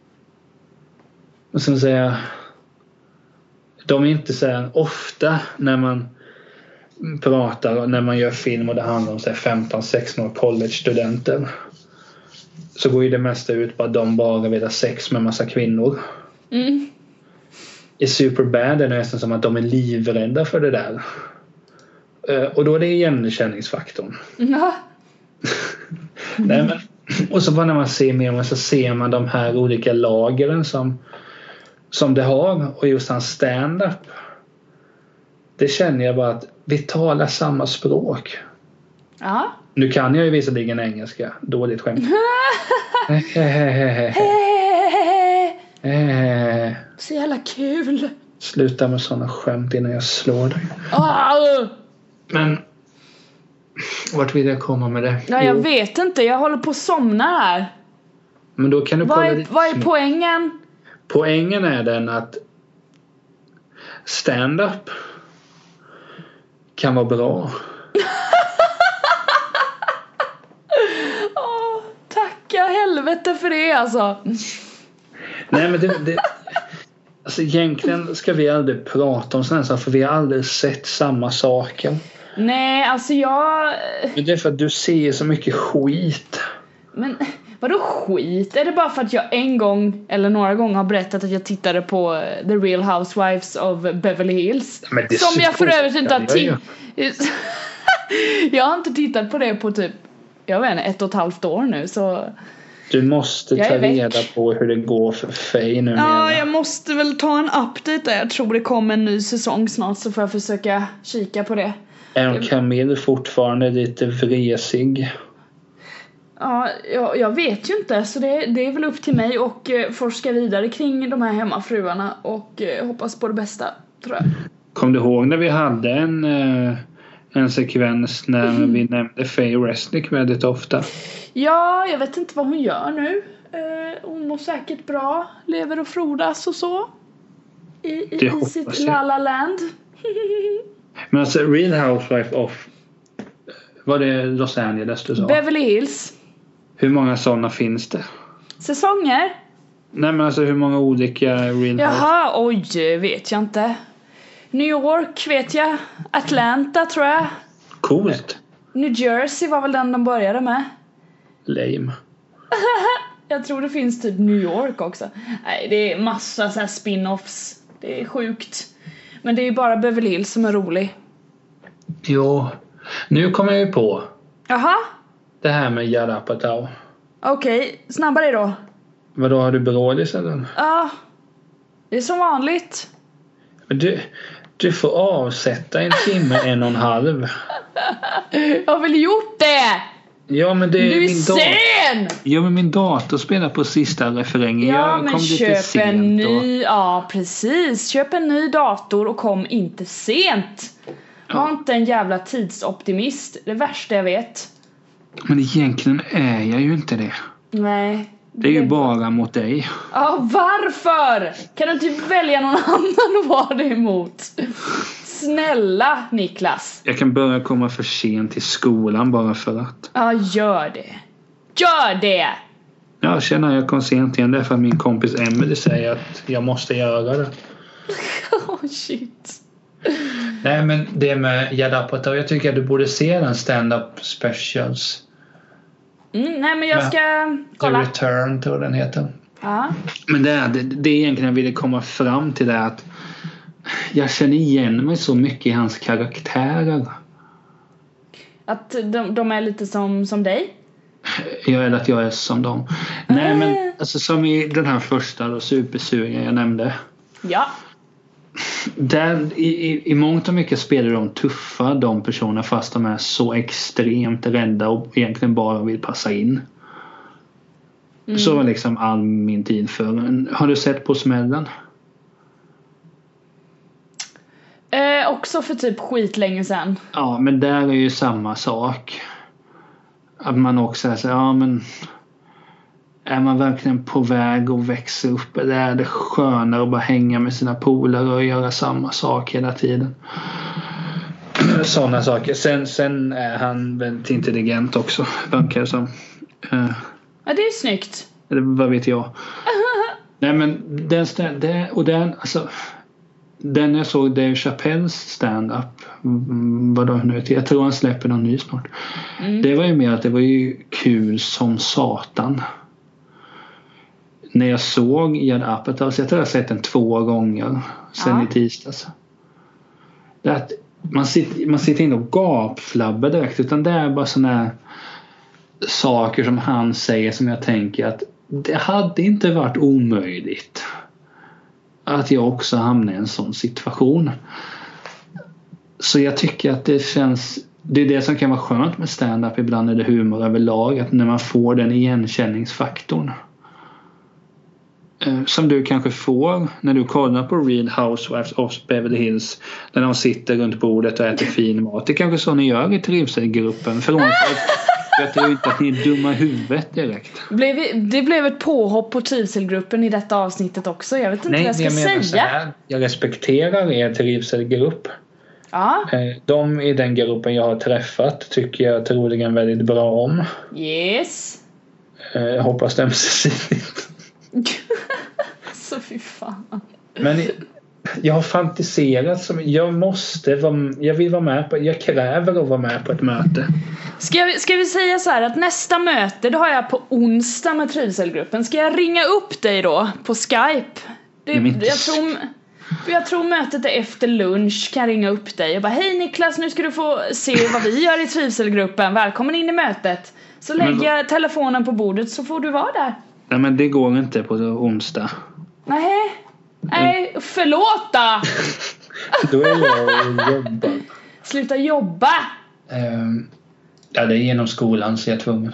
och sen säga, de är inte så här ofta när man pratar, när man gör film och det handlar om så här femton sexton år college-studenter, så går ju det mesta ut på att de bara vill ha sex med massa kvinnor. Mm. I Superbad är det nästan som att de är livrädda för det där. Och då är det igenkänningsfaktorn. Ja. Nej, men, och så bara när man ser mer, så ser man de här olika lagren som, som det har. Och just hans stand-up, det känner jag bara att vi talar samma språk. Ja. Nu kan jag ju visserligen engelska. Dåligt skämt. Så jävla kul. Sluta med sådana skämt innan jag slår dig. Oh. Men vart vill jag komma med det? Ja, jag jo. vet inte. Jag håller på att somna här. Men då kan du vad, är, vad är poängen? Poängen är den att stand-up kan vara bra. oh, tacka helvete för det alltså. Nej, men det, det alltså egentligen ska vi aldrig prata om sådana här, för vi har aldrig sett samma saker. Nej, alltså jag... Men det är för att du ser så mycket skit. Men vadå skit? Är det bara för att jag en gång eller några gånger har berättat att jag tittade på The Real Housewives of Beverly Hills? Som jag för övrigt inte har tittat. Jag har inte tittat på det på typ, jag vet inte, ett och ett halvt år nu, så... Du måste ta reda på hur det går för Faye nu. Ja, menar. Jag måste väl ta en update där. Jag tror det kommer en ny säsong snart, så får jag försöka kika på det. Är Camille fortfarande lite vresig? Ja, jag, jag vet ju inte. Så det, det är väl upp till mig och eh, forska vidare kring de här hemmafruarna. Och eh, hoppas på det bästa, tror jag. Kom du ihåg när vi hade en, eh, en sekvens när mm. vi nämnde Faye Resnick väldigt ofta? Ja, jag vet inte vad hon gör nu. Eh, hon mår säkert bra. Lever och frodas och så. I, i, i sitt La La Land. Men alltså Real Housewife of, var det Los Angeles du sa? Beverly Hills. Hur många sådana finns det? Säsonger? Nej, men alltså hur många olika Real Jaha, oj, vet jag inte. New York vet jag. Atlanta tror jag. Coolt. New Jersey var väl den de började med. Lame. Jag tror det finns typ New York också. Nej, det är massa så här spin-offs. Det är sjukt. Men det är ju bara Beverly Hills som är rolig. Jo, nu kommer jag ju på. Jaha. Det här med Judd Apatow. Okej, okay, snabbare då. Vadå, har du brådis eller? Ja, det är som vanligt. Du, du får avsätta en timme, en och en halv. Jag har väl gjort det. Ja, men det är du är min sen! Dat- ja, men min dator spelar på sista refrängen. Ja, jag men kom köp lite sent en ny... och... Ja, precis. Köp en ny dator och kom inte sent. Var ja. inte en jävla tidsoptimist. Det värsta jag vet. Men egentligen är jag ju inte det. Nej. Det är ju bara mot dig. Ja, varför? Kan du typ välja någon annan att vara det emot? Snälla, Niklas. Jag kan börja komma för sent till skolan bara för att. Ja, gör det. Gör det! Ja, känner jag kom sent igen därför att min kompis Emily säger att jag måste göra det. Oh, shit. Nej, men det med Judd Apatow, jag tycker att du borde se den stand-up specials. Mm, nej, men jag ska men, kolla. The Return, tror den heter. Ja. Men det, det, det är egentligen jag ville komma fram till det att jag känner igen mig så mycket i hans karaktärer. Att de, de är lite som, som dig? Jag är att jag är som dem. Äh. Nej, men alltså som i den här första då, supersugen jag nämnde. Ja. Där, i, i, I mångt och mycket spelar de tuffa, de personerna, fast de är så extremt rädda och egentligen bara vill passa in. Mm. Så var liksom all min tid för. Har du sett På smällen? Eh, också för typ skitlänge sedan. Ja, men där är ju samma sak. Att man också säger, ja men är man verkligen på väg att växa upp, eller är det skönare att bara hänga med sina polare och göra samma sak hela tiden? Sådana saker. Sen, sen är han väldigt intelligent också, verkar det som. Uh, ja, det är snyggt. Eller vad vet jag. Nej, men den, den, och den, alltså, den jag såg Dave Chappelles stand-up, vad då nu heter, jag tror han släpper någon ny snart. Mm. Det var ju mer att det var ju kul som satan. När jag såg Judd Apatow, så jag tror jag har sett den två gånger sen ja. i tisdags. Det är att man sitter, man sitter inte och gapflabbar direkt, utan det är bara såna här saker som han säger som jag tänker att det hade inte varit omöjligt att jag också hamnar i en sån situation. Så jag tycker att det känns, det är det som kan vara skönt med stand-up, ibland är det humor överlag, att när man får den igenkänningsfaktorn som du kanske får när du kollar på Real Housewives of Beverly Hills, när de sitter runt bordet och äter fin mat. Det är kanske så ni gör i trivselgruppen. Förlåt, jag tror inte att ni är dumma i huvudet direkt. Det blev ett påhopp på trivselgruppen i detta avsnittet också. Jag vet inte Nej, vad jag ska jag säga. Här, jag respekterar er trivselgrupp. Ja. De i den gruppen jag har träffat tycker jag troligen väldigt bra om. Yes. Jag hoppas det är ömsesidigt. Så fy fan. Men jag har fantiserat som jag måste vara, jag vill vara med på, jag kräver att vara med på ett möte. Ska vi, ska vi säga så här att nästa möte, det har jag på onsdag med trivselgruppen. Ska jag ringa upp dig då på Skype? Det, jag, jag tror jag tror mötet är efter lunch. Kan ringa upp dig och bara hej Niklas, nu ska du få se vad vi gör i trivselgruppen. Välkommen in i mötet. Så lägger jag telefonen på bordet så får du vara där. Nej, men det går inte på onsdag. Nej, nej, förlåt då. Då är jag och jobbar. Sluta jobba. Um, ja, det är genom skolan så jag är tvungen.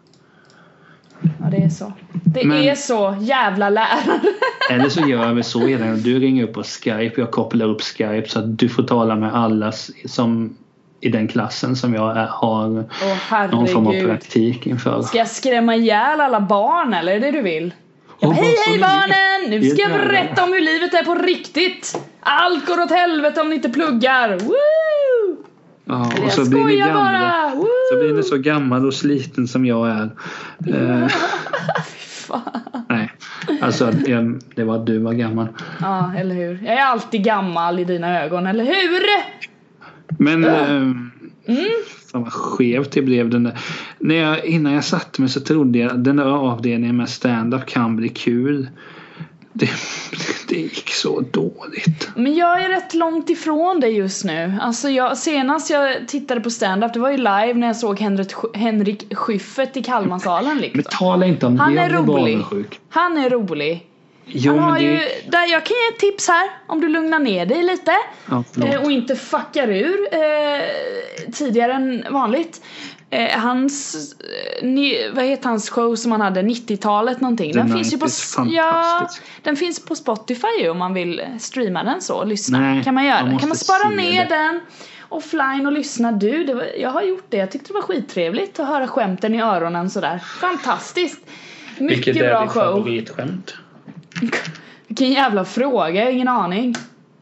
Ja, det är så. Det men, är så, jävla lärare. Eller så gör vi så redan. Du ringer upp på Skype, jag kopplar upp Skype så att du får tala med alla som i den klassen som jag är, har oh, någon form av praktik inför. Ska jag skrämma ihjäl alla barn eller är det du vill? Ja, oh, hej hej barnen! Nu ska jag berätta om hur livet är på riktigt. Allt går åt helvete om ni inte pluggar. Woo! Ja, och så blir, ni gamla, så blir ni så gammal och sliten som jag är. uh, Fy fan. Nej, alltså jag, det var att du var gammal. Ja, eller hur? Jag är alltid gammal i dina ögon, eller hur? Men uh. um, mm. fan vad skevt det blev den där. När jag, innan jag satt mig så trodde jag den där avdelningen med stand-up kan bli kul. Det, det gick så dåligt. Men jag är rätt långt ifrån det just nu. Alltså jag, senast jag tittade på stand-up, det var ju live när jag såg Henrik, Henrik Schyffert i Kalmarsalen liksom. Men tala inte om Han det. är rolig. Han är rolig. Jo, Han har det... ju, där jag kan ge ett tips här om du lugnar ner dig lite ja, eh, och inte fuckar ur eh, tidigare än vanligt. Eh, hans eh, ny, vad heter hans show som han hade nittiotalet någonting. Den finns ju på ja, den finns på Spotify ju, om man vill streama den så och lyssna. Nej, kan man göra. Man kan man spara ner det. Den offline och lyssna du. Det var, jag har gjort det. Jag tyckte det var skittrevligt att höra skämten i öronen så där. Fantastiskt. Mycket Vilket bra är ditt show. favoritskämt? Vilken jävla fråga, jag har ingen aning.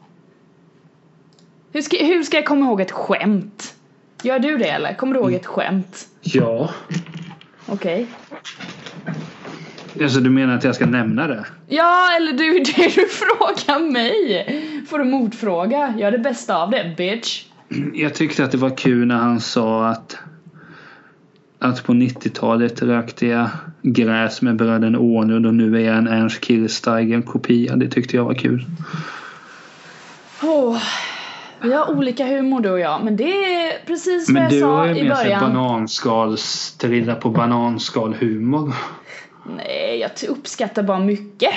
Hur ska, hur ska jag komma ihåg ett skämt? Gör du det eller? Kommer du ihåg ett skämt? Ja. Okej. Okay. Alltså du menar att jag ska nämna det? Ja, eller du, det du frågar mig. Får du motfråga? Gör det bästa av det, bitch. Jag tyckte att det var kul när han sa att att på nittiotalet rökte jag gräs med bröden Ånund och nu är jag en Ernst Kirchsteiger kopia. Det tyckte jag var kul. Oh, vi har olika humor du och jag, men det är precis vad jag sa i början. Men du är mer bananskals, trilla på bananskal humor. Nej, jag uppskattar bara mycket.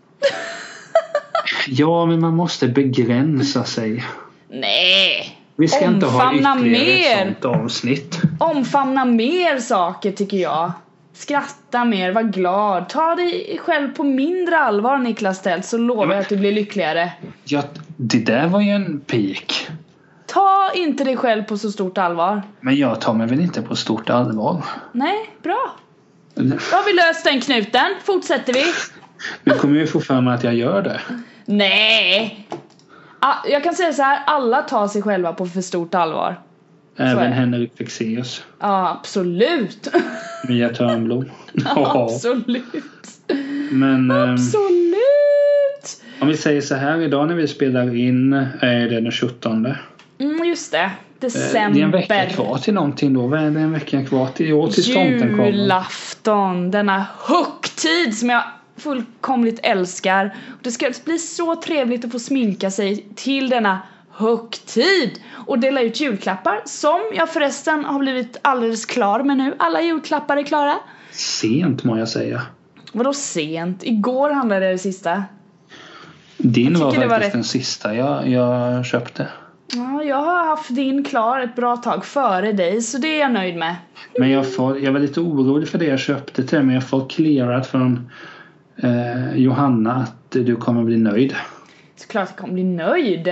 Ja, men man måste begränsa sig. Nej. Vi ska inte ha ytterligare mer. ett sånt avsnitt. Omfamna mer saker tycker jag. Skratta mer, var glad. Ta dig själv på mindre allvar, Niklas Tält, så lovar jag att du blir lyckligare. Ja, det där var ju en pik. Ta inte dig själv på så stort allvar. Men jag tar mig väl inte på stort allvar. Nej, bra. Då har vi löst den knuten. Fortsätter vi. Nu kommer jag få för mig att jag gör det. Nej. Ah, jag kan säga så här. Alla tar sig själva på för stort allvar. Även Henrik Fexeus. Ja, absolut. Mia Törnblom. Ja, absolut. Men absolut. Eh, om vi säger så här, idag när vi spelar in är det den sjuttonde. Mm, just det. December. Det är en vecka kvar till någonting då. Vad är det en vecka kvar till år till tomten kommer? Julafton. Denna högtid som jag fullkomligt älskar. Det ska bli så trevligt att få sminka sig till denna högtid och dela ut julklappar som jag förresten har blivit alldeles klar med nu. Alla julklappar är klara. Sent må jag säga. Vadå sent? Igår handlade det, det sista. Din var faktiskt var rätt... den sista jag, jag köpte. Ja, jag har haft din klar ett bra tag före dig, så det är jag nöjd med. Men jag, får, jag var lite orolig för det jag köpte till, men jag får clearat från eh, Johanna att du kommer bli nöjd. Såklart jag kommer bli nöjd.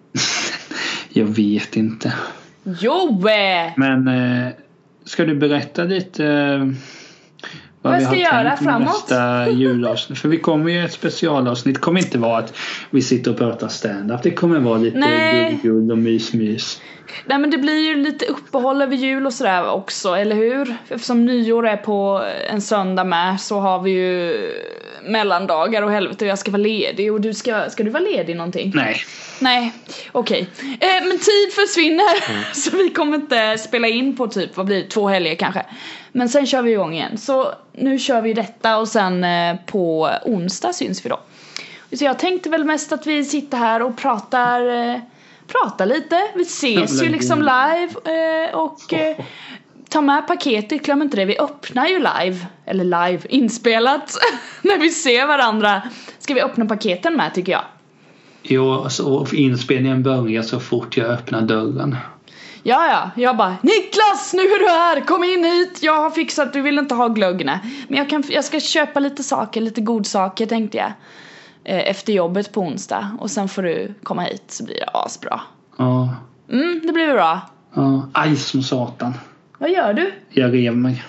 Jag vet inte. Jo! Men eh, ska du berätta lite eh, vad, vad vi ska har göra tänkt framåt? Nästa julavsnitt. För vi kommer ju ett specialavsnitt. Det kommer inte vara att vi sitter och pratar stand-up. Det kommer vara lite gull-gull och mys-mys. Nej, men det blir ju lite uppehåll över jul och sådär också, eller hur? Eftersom nyår är på en söndag med, så har vi ju mellandagar och helvete, och jag ska vara ledig. Och du ska, ska du vara ledig någonting? Nej. Nej, okej. Okay. Eh, men tid försvinner. Mm. Så vi kommer inte spela in på typ, vad blir det, två helger kanske. Men sen kör vi igång igen. Så nu kör vi detta och sen eh, på onsdag syns vi då. Så jag tänkte väl mest att vi sitter här och pratar... Eh, Prata lite, vi ses ju liksom live eh, och eh, ta med paketet, glöm inte det, vi öppnar ju live, eller live, inspelat när vi ser varandra. Ska vi öppna paketen med, tycker jag. Jo, så inspelningen börjar så fort jag öppnar dörren. Ja, ja, jag bara, Niklas, nu är du här, kom in hit, jag har fixat, du vill inte ha glögg, nej. Men jag, kan, jag ska köpa lite saker, lite godsaker tänkte jag. Efter jobbet på onsdag. Och sen får du komma hit, så blir det asbra. Ja. Mm, det blir bra. Ja, aj som satan. Vad gör du? Jag rev mig.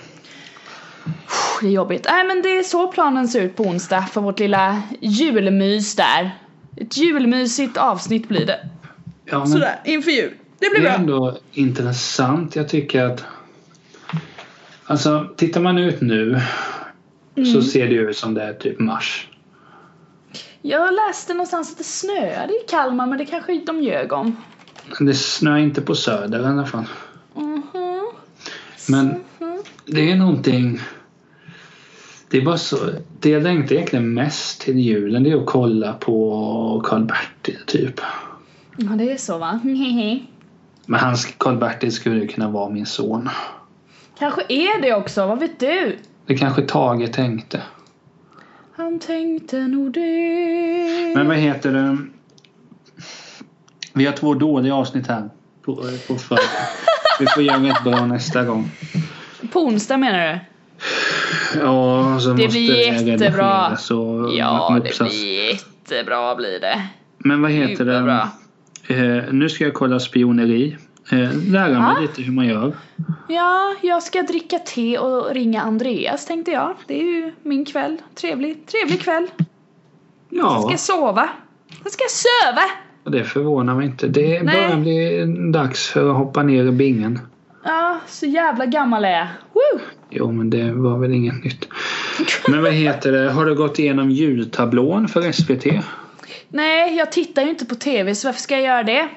Det är jobbigt. Nej, men det är så planen ser ut på onsdag för vårt lilla julmys där. Ett julmysigt avsnitt blir det. Ja, men sådär, inför jul. Det blir det bra. är ändå intressant. Jag tycker att alltså, tittar man ut nu mm. så ser det ut som det är typ mars. Jag läste någonstans att det snöade i Kalmar, men det kanske de ljög om. Det snöar inte på söder i alla fall. Mm-hmm. Men mm-hmm. det är någonting... Det är bara så... Det jag längtar egentligen mest till julen, det är att kolla på Karl-Bertil typ. Ja, det är så, va? Men hans Karl-Bertil skulle kunna vara min son. Kanske är det också, vad vet du? Det kanske Tage tänkte. Han tänkte nog det. Men vad heter det? Vi har två dåliga avsnitt här på, på för. Vi får göra ett bra nästa gång. På onsdag menar du? Ja, så det måste blir jättebra. Så ja, det blir jättebra blir det. Men vad heter det? Eh, nu ska jag kolla spioneri. Eh, lära mig ah. lite hur man gör. Ja, jag ska dricka te och ringa Andreas, tänkte jag. Det är ju min kväll. Trevlig, trevlig kväll. Ja. Jag ska sova. Jag ska söva. Och det förvånar mig inte. Det börjar bli dags för att hoppa ner i bingen. Ja, så jävla gammal är jag. Woo! Jo, men det var väl inget nytt. Men vad heter det? Har du gått igenom jultablån för S V T? Nej, jag tittar ju inte på tv, så varför ska jag göra det?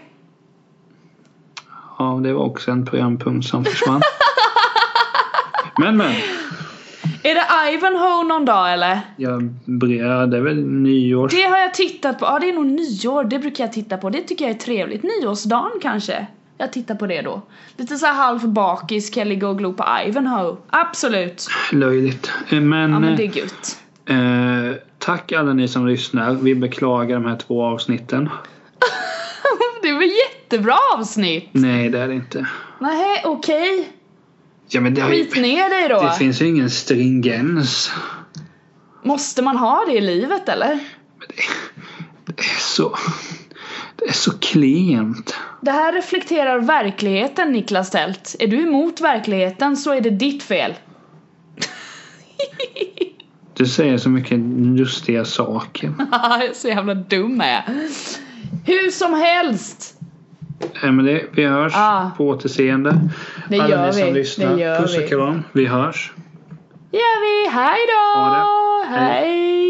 Ja, det var också en programpunkt som försvann. men, men. Är det Ivanhoe någon dag, eller? Ja, det är väl nyår. Det har jag tittat på. Ja, det är nog nyår. Det brukar jag titta på. Det tycker jag är trevligt. Nyårsdagen kanske. Jag tittar på det då. Lite så här halv bakis. Ska jag ligga och glo på Ivanhoe? Absolut. Löjligt. Men, ja, men det är gött. Eh, tack alla ni som lyssnar. Vi beklagar de här två avsnitten. Det var jättebra avsnitt. Nej, det är det inte. Nej, okej. Okay. Ja, men det har, skit ner dig då. Det finns ju ingen stringens. Måste man ha det i livet, eller? Men det, det är så... Det är så klent. Det här reflekterar verkligheten, Niklas Tält. Är du emot verkligheten så är det ditt fel. Du säger så mycket lustiga saker. Jag är så jävla dum är jag. Hur som helst. Nej, men det, vi hörs ah. på återseende. Det Alla gör ni som vi. lyssnar. Det gör Puss och vi. kram. Vi hörs. Gör vi. Hej då. Ha det. Hej. Hej.